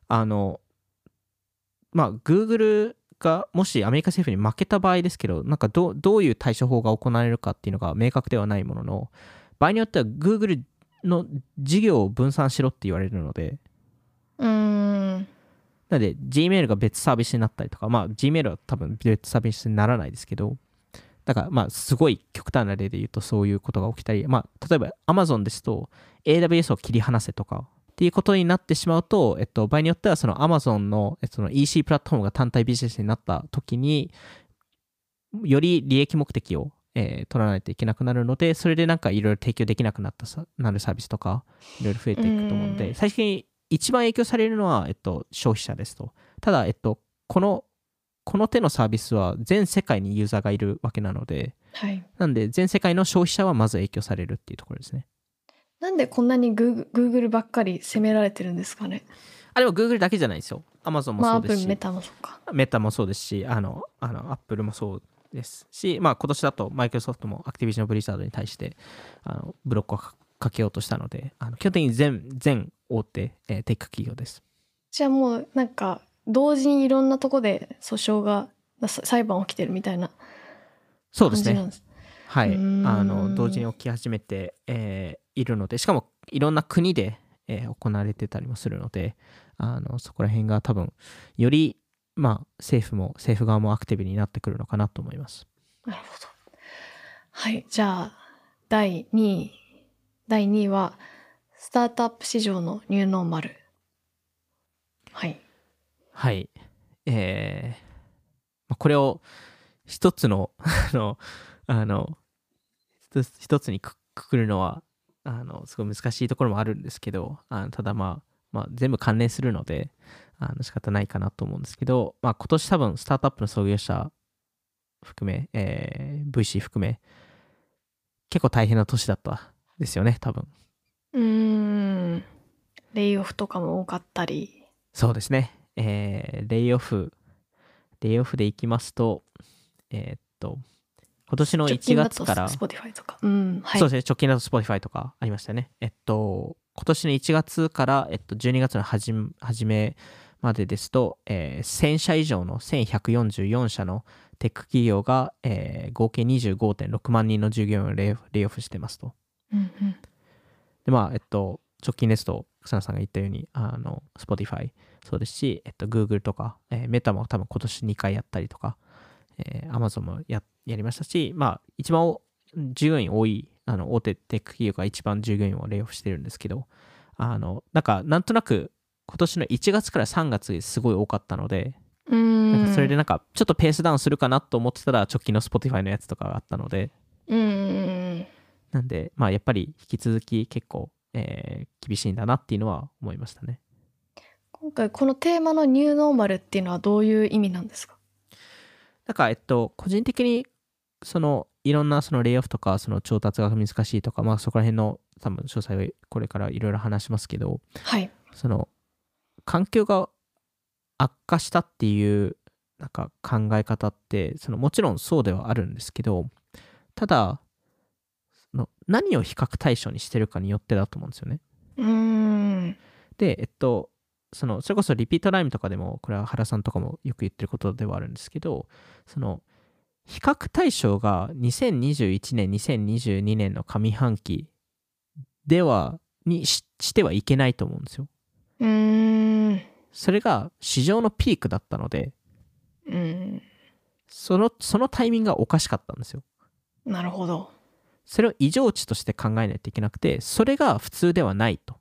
Google がもしアメリカ政府に負けた場合ですけど、なんかどういう対処法が行われるかっていうのが明確ではないものの、場合によっては Google の事業を分散しろって言われるので、なので Gmail が別サービスになったりとか、Gmail は多分別サービスにならないですけど、だからすごい極端な例で言うとそういうことが起きたり、例えば Amazon ですと AWS を切り離せとかっていうことになってしまうと、場合によってはAmazon の、EC プラットフォームが単体ビジネスになった時により利益目的を、取らないといけなくなるので、それでなんかいろいろ提供できなくなるサービスとかいろいろ増えていくと思うので、最初に一番影響されるのは、消費者ですと。ただ、この手のサービスは全世界にユーザーがいるわけなので、なんで全世界の消費者はまず影響されるっていうところですね。 なんでこんなにGoogle ばっかり責められてるんですかね。 でも Google だけじゃないですよ。Amazon もそうですし、 メタもそうか。 メタもそうですし、Apple もそうですし、今年だと Microsoft も Activision Blizzard に対してブロックをかけようとしたので、基本的に全大手、テック企業です。 じゃあもうなんか同時にいろんなとこで訴訟が裁判起きてるみたいな感じなんです。 はい、同時に起き始めて、いるので、しかもいろんな国で、行われてたりもするので、そこら辺が多分より政府側もアクティブになってくるのかなと思います。 なるほど。はい、じゃあ第2位はスタートアップ市場のニューノーマル。はいこれを一つの一つにくくるのはすごい難しいところもあるんですけど、ただ全部関連するので仕方ないかなと思うんですけど、今年多分スタートアップの創業者含め、VC 含め結構大変な年だったですよね、多分。 レイオフとかも多かったり。 そうですね。レイオフでいきますと、今年の1月から、 Spotify とか、 そうですね、直近だと Spotify とかありましたね。今年の1月から、12月の初めまでですと、1000社以上の1144社のテック企業が、合計 25.6 万人の従業員をレイオフしてますと。で直近ですと草野さんが言ったようにSpotify そうですし、Google とか、メタも多分今年2回やったりとか、Amazon もやりましたし、一番従業員多い大手テック企業が一番従業員をレイオフしてるんですけど、なんとなく今年の1月から3月すごい多かったので、なんかそれでなんかちょっとペースダウンするかなと思ってたら直近の Spotify のやつとかがあったので、なんでやっぱり引き続き結構、厳しいんだなっていうのは思いましたね。 今回このテーマのニューノーマルっていうのはどういう意味なんですか？ 個人的にいろんなそのレイオフとかその調達が難しいとか、まあそこら辺の多分詳細はこれからいろいろ話しますけど、 はい。 その環境が悪化したっていうなんか考え方ってもちろんそうではあるんですけど、ただ何を比較対象にしてるかによってだと思うんですよね。でそれこそリピートライムとかでもこれは原さんとかもよく言ってることではあるんですけど、比較対象が2021年2022年の上半期ではに してはいけないと思うんですよ。それが市場のピークだったので、そのタイミングがおかしかったんですよ。 なるほど。 それを異常値として考えないといけなくて、それが普通ではないと。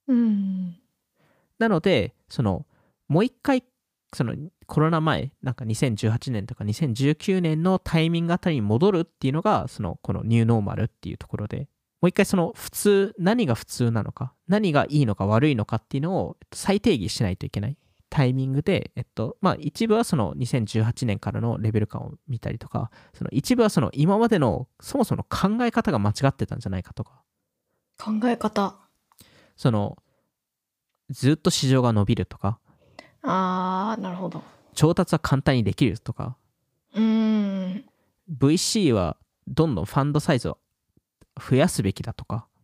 なのでもう一回コロナ前なんか2018年とか2019年のタイミングあたりに戻るっていうのがこのニューノーマルっていうところで、もう一回普通、何が普通なのか、何がいいのか悪いのかっていうのを再定義しないといけないタイミングで、まあ一部は2018年からのレベル感を見たりとか、一部は今までのそもそも考え方が間違ってたんじゃないかとか。 考え方。 ずっと市場が伸びるとか。 なるほど。 調達は簡単にできるとか。VC はどんどんファンドサイズを増やすべきだとか。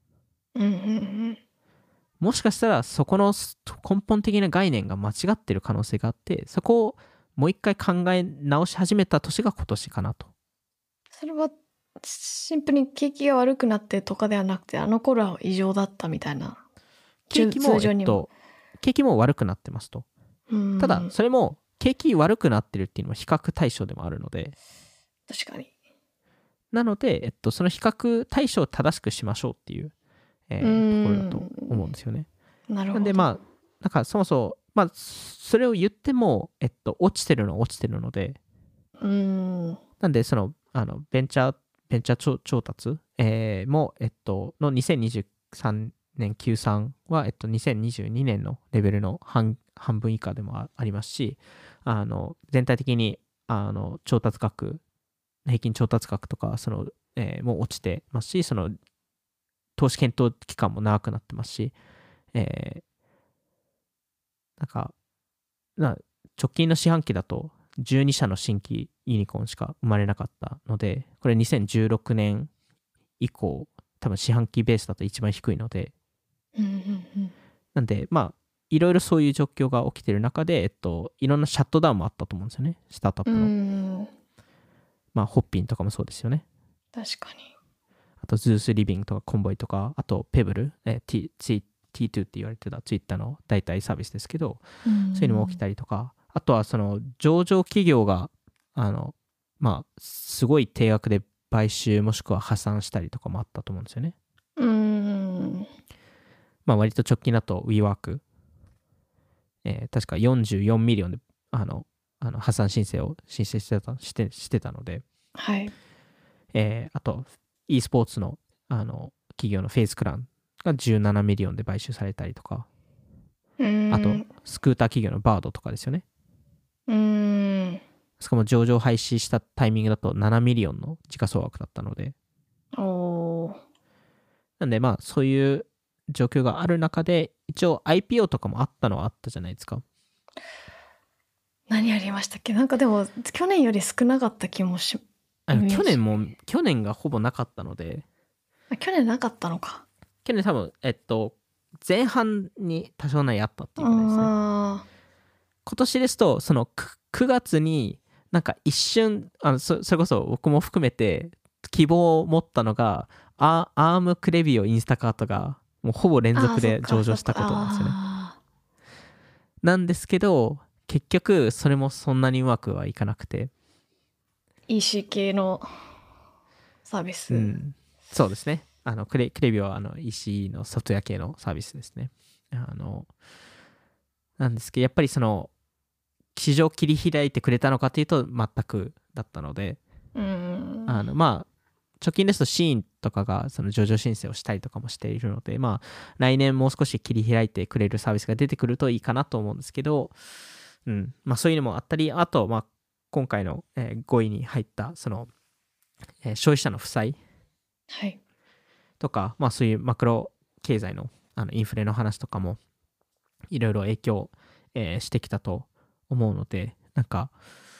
もしかしたらそこの根本的な概念が間違ってる可能性があって、そこをもう一回考え直し始めた年が今年かなと。 それはシンプルに景気が悪くなってとかではなくて、あの頃は異常だったみたいな。 景気も悪くなってますと。ただそれも景気悪くなってるっていうのは比較対象でもあるので。 確かに。 なので、その比較対象を正しくしましょうっていう、ところだと思うんですよね。 なるほど。 なんでまあなんかそもそもまあそれを言っても落ちてるのは落ちてるので、なんでベンチャー調達、もの2023年 Q3 は2022年のレベルの半分以下でもありますし、全体的に調達額、平均調達額とかもう落ちてますし、投資検討期間も長くなってますし、なんか直近の四半期だと12社の新規ユニコーンしか生まれなかったので、これ2016年以降多分四半期ベースだと一番低いので、なんでまあいろいろそういう状況が起きてる中で、いろんなシャットダウンもあったと思うんですよね、スタートアップの。まあホッピンとかもそうですよね。 確かに。 あとズースリビングとかコンボイとか、あとペブル、T2 って言われてたツイッターの代替サービスですけど、そういうのも起きたりとか、あとは上場企業がまあすごい低額で買収もしくは破産したりとかもあったと思うんですよね。まあ割と直近だと WeWork、確か44ミリオンで破産申請を申請してたので、 はい。 あと e スポーツの企業のフェイスクランが17ミリオンで買収されたりとか、あとスクーター企業のバードとかですよね。しかも上場廃止したタイミングだと7ミリオンの時価総額だったので、なんでまあそういう状況がある中で、一応 IPO とかもあったのはあったじゃないですか。 何ありましたっけ？なんかでも去年より少なかった気もし去年がほぼなかったので。 去年なかったのか。 去年多分前半に多少なりあったっていうぐらいですね。今年ですと9月になんか一瞬それこそ僕も含めて希望を持ったのがアームクレビオインスタカートがもうほぼ連続で上場したことなんですよね。なんですけど結局それもそんなにうまくはいかなくて、 EC 系のサービス、 そうですね。クレビオはEC のソフトウェア系のサービスですね。なんですけどやっぱり市場を切り開いてくれたのかというと全くだったので、まあ直近ですとシーンとかが上場申請をしたりとかもしているので、まあ来年もう少し切り開いてくれるサービスが出てくるといいかなと思うんですけど、まあそういうのもあったり、あとまあ今回の5位に入った消費者の負債はい。 とか、まあそういうマクロ経済のインフレの話とかもいろいろ影響、してきたと思うので、なんか、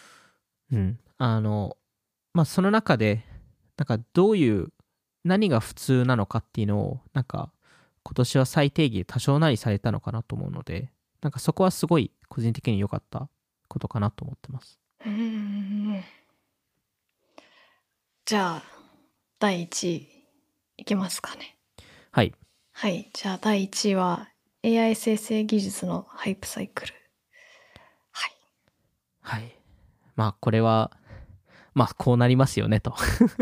まあその中で、なんかどういう何が普通なのかっていうのをなんか今年は再定義多少なりされたのかなと思うので、なんかそこはすごい個人的に良かったことかなと思ってます。 じゃあ第1位いきますかね。 はい。 はい。じゃあ第1位は AI 生成技術のハイプサイクル。はい。 はい。まあこれはまあこうなりますよねと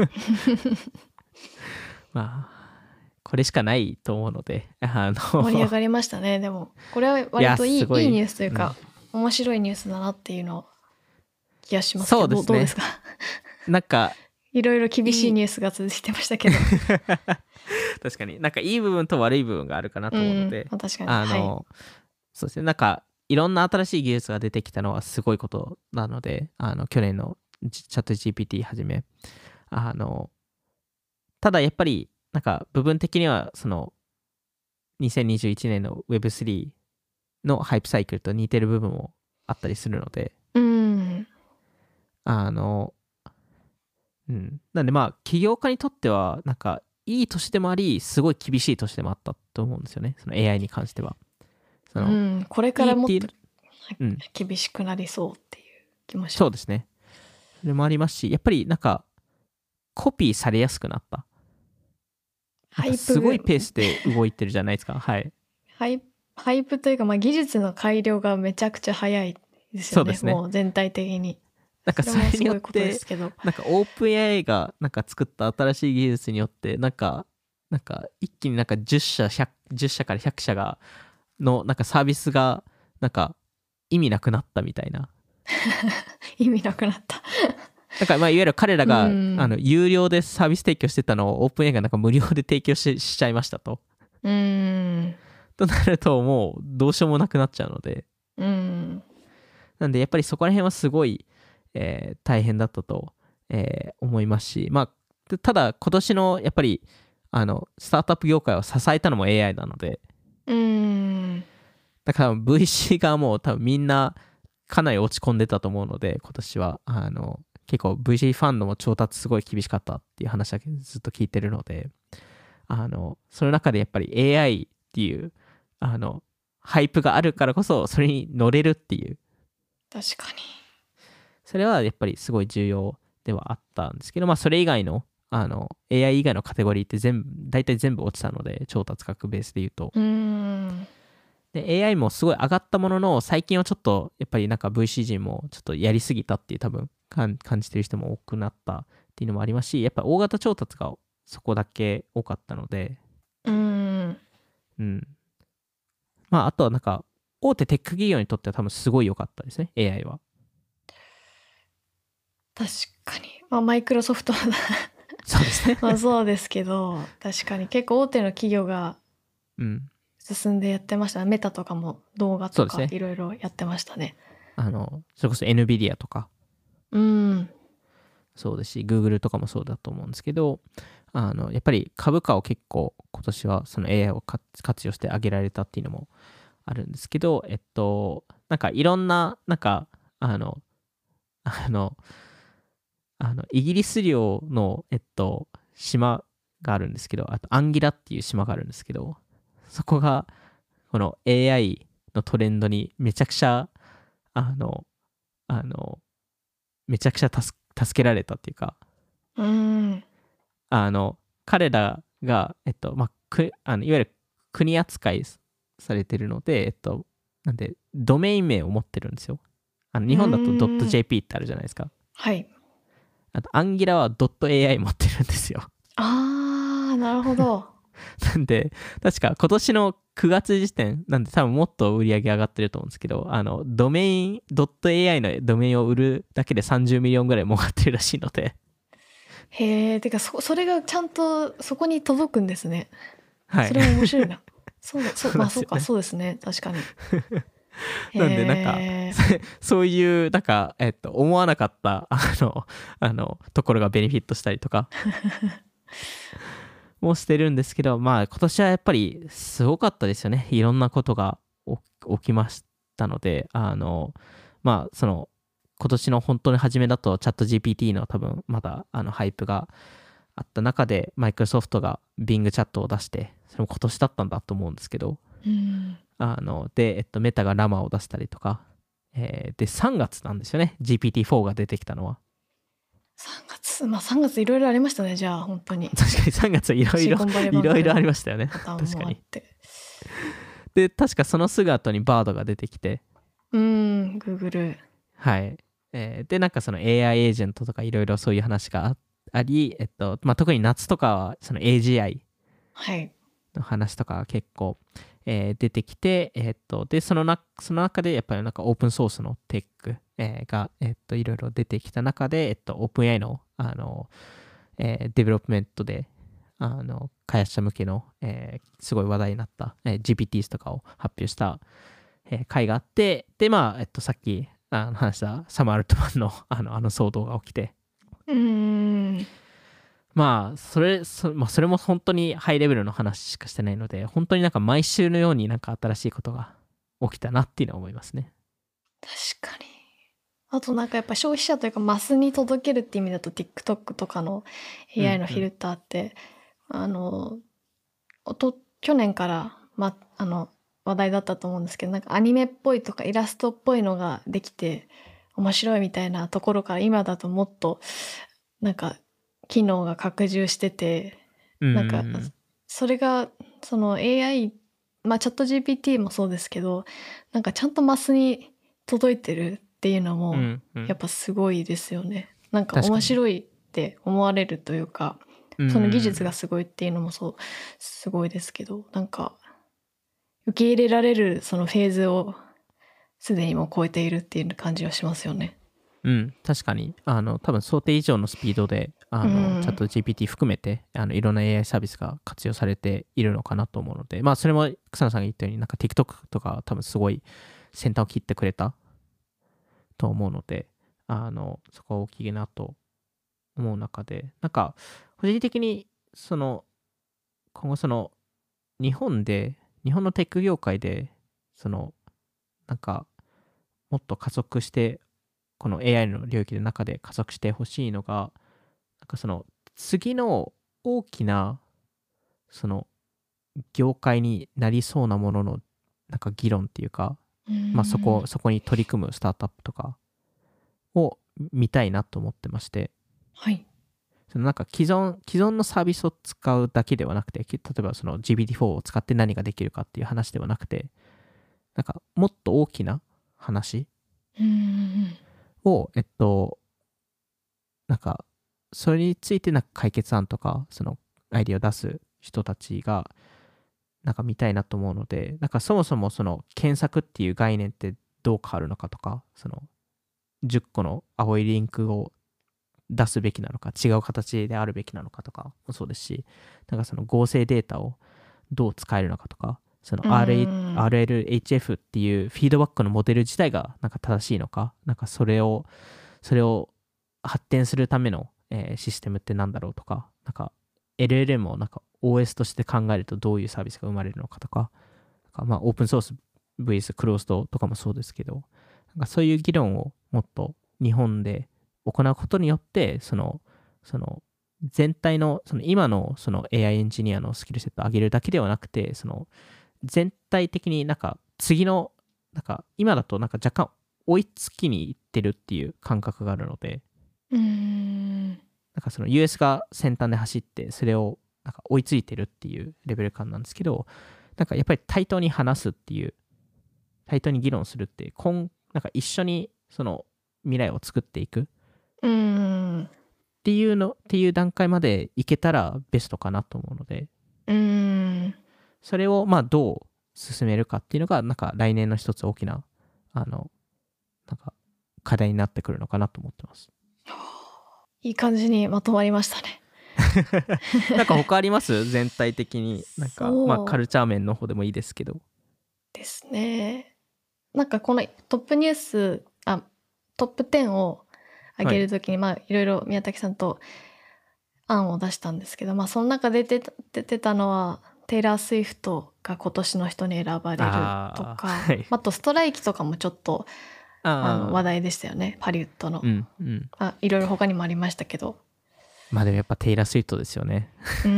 まあこれしかないと思うので盛り上がりましたね。でもこれは割といいニュースというか、面白いニュースだなっていうの気がしますけど、どうですか？ なんかいろいろ厳しいニュースが続いてましたけど確かになんかいい部分と悪い部分があるかなと思うので、 確かにそうですね、なんかいろんな新しい技術が出てきたのはすごいことなので、去年のチャット GPT はじめただやっぱりなんか部分的にはその2021年の Web3 のハイプサイクルと似てる部分もあったりするので、なんでまあ起業家にとってはなんかいい年でもありすごい厳しい年でもあったと思うんですよね、その AI に関しては。 これからもっと厳しくなりそうっていう気もします。 そうですね。それもありますし、やっぱりなんかコピーされやすくなった。すごいペースで動いてるじゃないですか。はい。 ハイプというか、まあ、技術の改良がめちゃくちゃ早いですよね。そうですね。もう全体的に。 なんかそれによってなんかオープン AI がなんか作った新しい技術によってなんか一気になんか10社から100社がのなんかサービスがなんか意味なくなったみたいな意味なくなったなんかまあいわゆる彼らが有料でサービス提供してたのをオープン AI がなんか無料で提供しちゃいましたと。となるともうどうしようもなくなっちゃうので、なんでやっぱりそこら辺はすごい大変だったと、思いますし、まあただ今年のやっぱりスタートアップ業界を支えたのも AI なので、だから VC 側も多分みんなかなり落ち込んでたと思うので、今年は結構 VC ファンドも調達すごい厳しかったっていう話だけずっと聞いてるので、その中でやっぱり AI っていうハイプがあるからこそそれに乗れるっていう、 確かにそれはやっぱりすごい重要ではあったんですけど、まあそれ以外のAI 以外のカテゴリーって大体全部落ちたので、調達額ベースで言うと。で AI もすごい上がったものの、最近はちょっとやっぱりなんか VC 陣もちょっとやりすぎたっていう多分感じてる人も多くなったっていうのもありますし、やっぱ大型調達がそこだけ多かったので、まああとはなんか大手テック企業にとっては多分すごい良かったですね、 AI は。 確かに、まあマイクロソフトそうですねまあそうですけど、確かに結構大手の企業が進んでやってました、メタとかも動画とかいろいろやってましたね。 それこそ NVIDIA とかそうですし Google とかもそうだと思うんですけど、やっぱり株価を結構今年はその AI を活用して上げられたっていうのもあるんですけど、なんかいろんななんかイギリス領の島があるんですけど、あとアンギラっていう島があるんですけど、そこがこの AI のトレンドにめちゃくちゃめちゃくちゃ助けられたっていうか、彼らがまあいわゆる国扱いされてるので、なんでドメイン名を持ってるんですよ。日本だと .jp ってあるじゃないですか。 はい。 あとアンギラは .ai 持ってるんですよ。 なるほど。 なんで確か今年の9月時点なんで多分もっと売り上げ上がってると思うんですけど、ドメイン .ai のドメインを売るだけで30ミリオンぐらい儲かってるらしいので。 へえ、てかそれがちゃんとそこに届くんですね。 はい。 それは面白いな。まあそうか、そうですね、確かに。 なんでなんかへえ。 そういうなんか、思わなかったところがベネフィットしたりとかもしてるんですけど、まあ今年はやっぱりすごかったですよね。いろんなことが起きましたので、まあその今年の本当に初めだとチャット GPT の多分まだハイプがあった中で、マイクロソフトが Bing チャットを出して、それも今年だったんだと思うんですけど、 うん。 で、メタがラマを出したりとか、で、3月なんですよね、GPT-4 が出てきたのは。 3月、まあ3月いろいろありましたね、じゃあ、本当に。 確かに3月はいろいろ、 シリコンバレーバンいろいろありクのましたよね。 パターン確かに。 もあって。 で、確かそのすぐ後にバードが出てきて、 Google。 はい。で、なんかその AI エージェントとかいろいろそういう話があり、まあ、特に夏とかはその AGI はい。 の話とかが結構、出てきて、で、その中でやっぱりなんかオープンソースのテック、が、いろいろ出てきた中で、オープン AI の、デベロップメントで、開発者向けの、すごい話題になった、GPTs とかを発表した、回があって、で、まあ、さっき話したサム・アルトマンの騒動が起きて、まあそれも本当にハイレベルの話しかしてないので、本当になんか毎週のようになんか新しいことが起きたなっていうのは思いますね。 確かに。あとなんかやっぱ消費者というかマスに届けるって意味だと TikTok とかの AI のフィルターって、去年から、話題だったと思うんですけど、なんかアニメっぽいとかイラストっぽいのができて面白いみたいなところから、今だともっとなんか機能が拡充してて、なんかそれがその AI、チャット GPT もそうですけど、なんかちゃんとマスに届いてるっていうのもやっぱすごいですよね。なんか面白いって思われるというか、その技術がすごいっていうのもそうすごいですけど、なんか受け入れられるそのフェーズをすでにもう超えているっていう感じはしますよね。 確かに多分想定以上のスピードでチャット GPT 含めていろんな AI サービスが活用されているのかなと思うので、まあそれも草野さんが言ったようになんか TikTok とか多分すごい先端を切ってくれたと思うので、そこは大きいなと思う中で、なんか個人的に今後日本のテック業界でなんかもっと加速してこの AI の領域の中で加速してほしいのが、なんか次の大きな業界になりそうなもののなんか議論っていうか、まあそこに取り組むスタートアップとかを見たいなと思ってまして、 はい。 なんか既存のサービスを使うだけではなくて、例えばその GPT-4 を使って何ができるかっていう話ではなくて、なんかもっと大きな話を、なんかそれについてなんか解決案とかそのアイディアを出す人たちがなんか見たいなと思うので、なんかそもそもその検索っていう概念ってどう変わるのかとか、その10個の青いリンクを出すべきなのか、違う形であるべきなのかとかもそうですし、なんかその合成データをどう使えるのかとか、その RLHF っていうフィードバックのモデル自体がなんか正しいのか、なんかそれを発展するための、システムってなんだろうとか、なんか LLM をなんか OS として考えるとどういうサービスが生まれるのかとか、まあオープンソース vs クローズドとかもそうですけど、なんかそういう議論をもっと日本で行うことによって、その全体の今のその AI エンジニアのスキルセットを上げるだけではなくて、その全体的になんか次のなんか今だとなんか若干追いつきにいってるっていう感覚があるので、なんかその US が先端で走ってそれをなんか追いついてるっていうレベル感なんですけど、なんかやっぱり対等に話すっていう、対等に議論するってなんか一緒にその未来を作っていくっていう段階までいけたらベストかなと思うので、それをまあどう進めるかっていうのがなんか来年の一つ大きななんか課題になってくるのかなと思ってます。 いい感じにまとまりましたね。 なんか他あります全体的になんかまあカルチャー面の方でもいいですけど。 ですね。 なんかこのトップニューストップ10を上げるときに、いろいろ宮武さんと案を出したんですけど、その中で出てたのはテイラー・スウィフトが今年の人に選ばれるとか、 はい、 あとストライキとかもちょっと話題でしたよね、ハリウッドの。いろいろ他にもありましたけど。 でもやっぱテイラー・スウィフトですよね。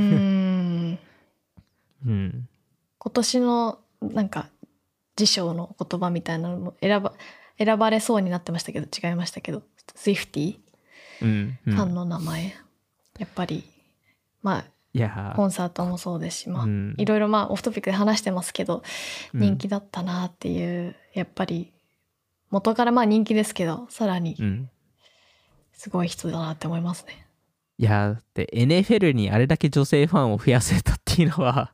今年のなんか辞書の言葉みたいなのも選ばれそうになってましたけど、違いましたけど、スウィフティさんの名前、やっぱりコンサートもそうですし、いろいろオフトピックで話してますけど、人気だったなっていう、やっぱり元から人気ですけど、さらにすごい人だなって思いますね。 いやで NFL にあれだけ女性ファンを増やせたっていうのは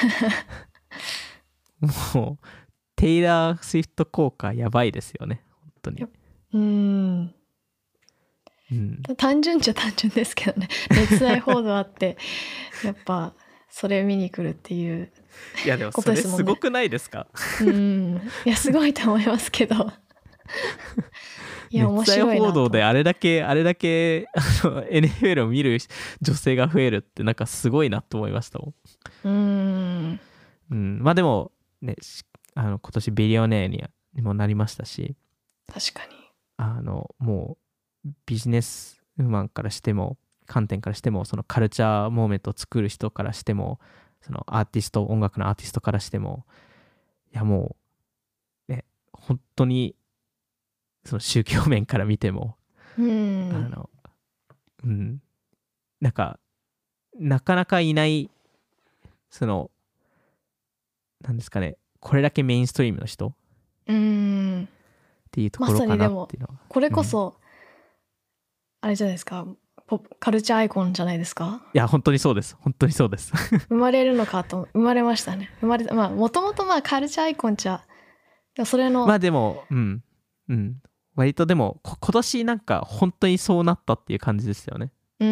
もうテイラー・スウィフト効果やばいですよね、本当に。 単純っちゃ単純ですけどね、熱愛報道あってやっぱそれ見に来るっていういやでもそれすごくないですか？ いやすごいと思いますけどいや面白いなと。 熱愛報道であれだけNFL を見る女性が増えるってなんかすごいなと思いましたもん。でもね、今年ビリオネアにもなりましたし、 確かにもうビジネスウーマンからしても観点からしても、そのカルチャーモーメントを作る人からしても、その音楽のアーティストからしても、いやもうね、本当にその宗教面から見ても、なんかなかなかいない、そのなんですかね、これだけメインストリームの人っていうところかなっていうのは、 これこそ、あれじゃないですか、カルチャーアイコンじゃないですか。 いや本当にそうです、本当にそうです生まれるのかと、生まれましたね。もともとカルチャーアイコンじゃ、それのでも割とでも今年なんか本当にそうなったっていう感じですよね。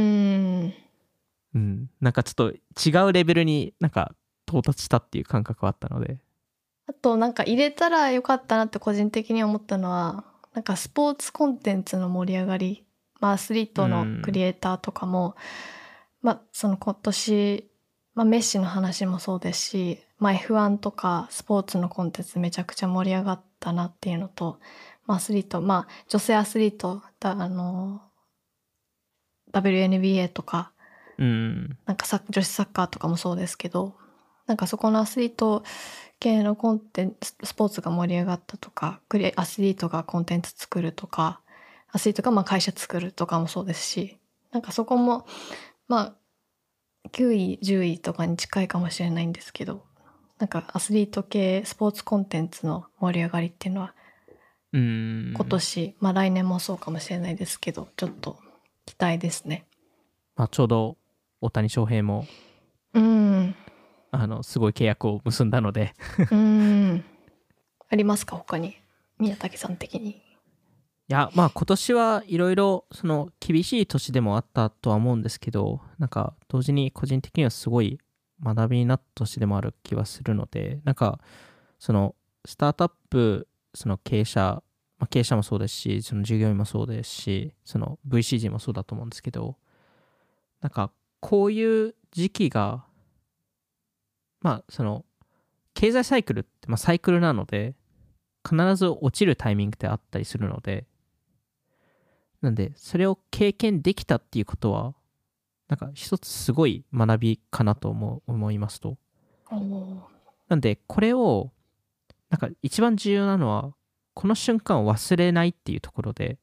なんかちょっと違うレベルになんか到達したっていう感覚はあったので。 あとなんか入れたらよかったなって個人的に思ったのは、なんかスポーツコンテンツの盛り上がり、アスリートのクリエイターとかも、その今年、メッシの話もそうですし、F1 とかスポーツのコンテンツめちゃくちゃ盛り上がったなっていうのと、アスリート、女性アスリートWNBA とか、なんか女子サッカーとかもそうですけど、なんかそこのアスリート系のコンテンツ、スポーツが盛り上がったとか、アスリートがコンテンツ作るとか、アスリートが会社作るとかもそうですし、なんかそこも9位10位とかに近いかもしれないんですけど、なんかアスリート系スポーツコンテンツの盛り上がりっていうのは今年、来年もそうかもしれないですけど、ちょっと期待ですね。 ちょうど大谷翔平もすごい契約を結んだのでありますか他に、宮武さん的に。 いや今年はいろいろその厳しい年でもあったとは思うんですけど、なんか同時に個人的にはすごい学びになった年でもある気はするので、なんかそのスタートアップ、その経営者もそうですし、その従業員もそうですし、その VCG もそうだと思うんですけど、なんかこういう時期がその経済サイクルってサイクルなので必ず落ちるタイミングってあったりするので、なんでそれを経験できたっていうことはなんか一つすごい学びかなと思いますと。なんでこれをなんか一番重要なのはこの瞬間を忘れないっていうところで、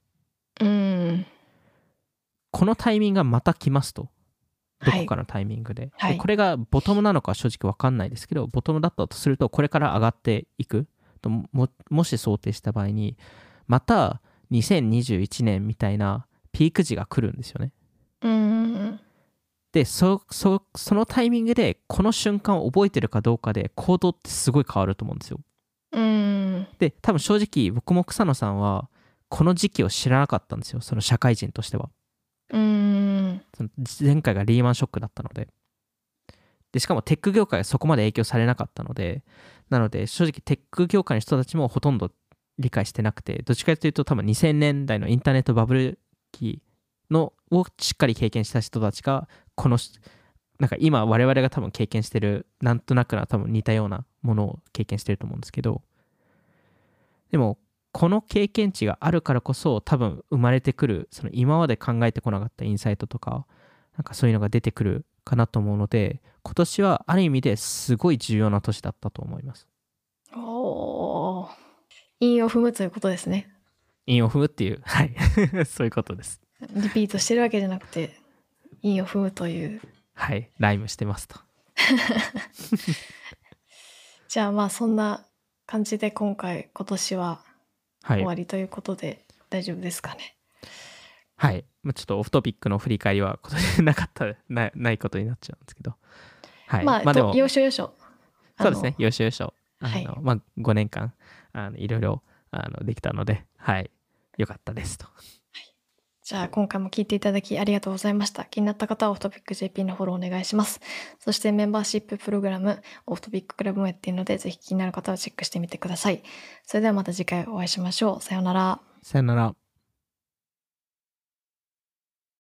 このタイミングがまた来ますと、どこかのタイミングで、でこれがボトムなのか正直分かんないですけど、ボトムだったとするとこれから上がっていくと もし想定した場合にまた2021年みたいなピーク時が来るんですよね。でそのタイミングでこの瞬間を覚えてるかどうかで行動ってすごい変わると思うんですよ。で多分正直僕も草野さんはこの時期を知らなかったんですよ、その社会人としては。その前回がリーマンショックだったので、しかもテック業界はそこまで影響されなかったので、なので正直テック業界の人たちもほとんど理解してなくて、どっちかというと多分2000年代のインターネットバブル期のをしっかり経験した人たちがこのなんか今我々が多分経験してるなんとなくな多分似たようなものを経験してると思うんですけど、でもこの経験値があるからこそ多分生まれてくるその今まで考えてこなかったインサイトとかなんかそういうのが出てくるかなと思うので、今年はある意味ですごい重要な年だったと思います。 おー、韻を踏むということですね。 韻を踏むっていう、はいそういうことです。 リピートしてるわけじゃなくて韻を踏むという。 はい、ライムしてますとじゃあまあそんな感じで今年は終わりということで大丈夫ですかね。 はい、ちょっとオフトピックの振り返りは今年なかったないことになっちゃうんですけど、はい、 まあでも要所要所そうですね、要所要所はい、 5年間いろいろできたので、はい、よかったですと。 じゃあ今回も聞いていただきありがとうございました。気になった方はオフトピック JP のフォローお願いします。そしてメンバーシッププログラムオフトピッククラブもやっているので、ぜひ気になる方はチェックしてみてください。それではまた次回お会いしましょう。さようなら。 さよなら。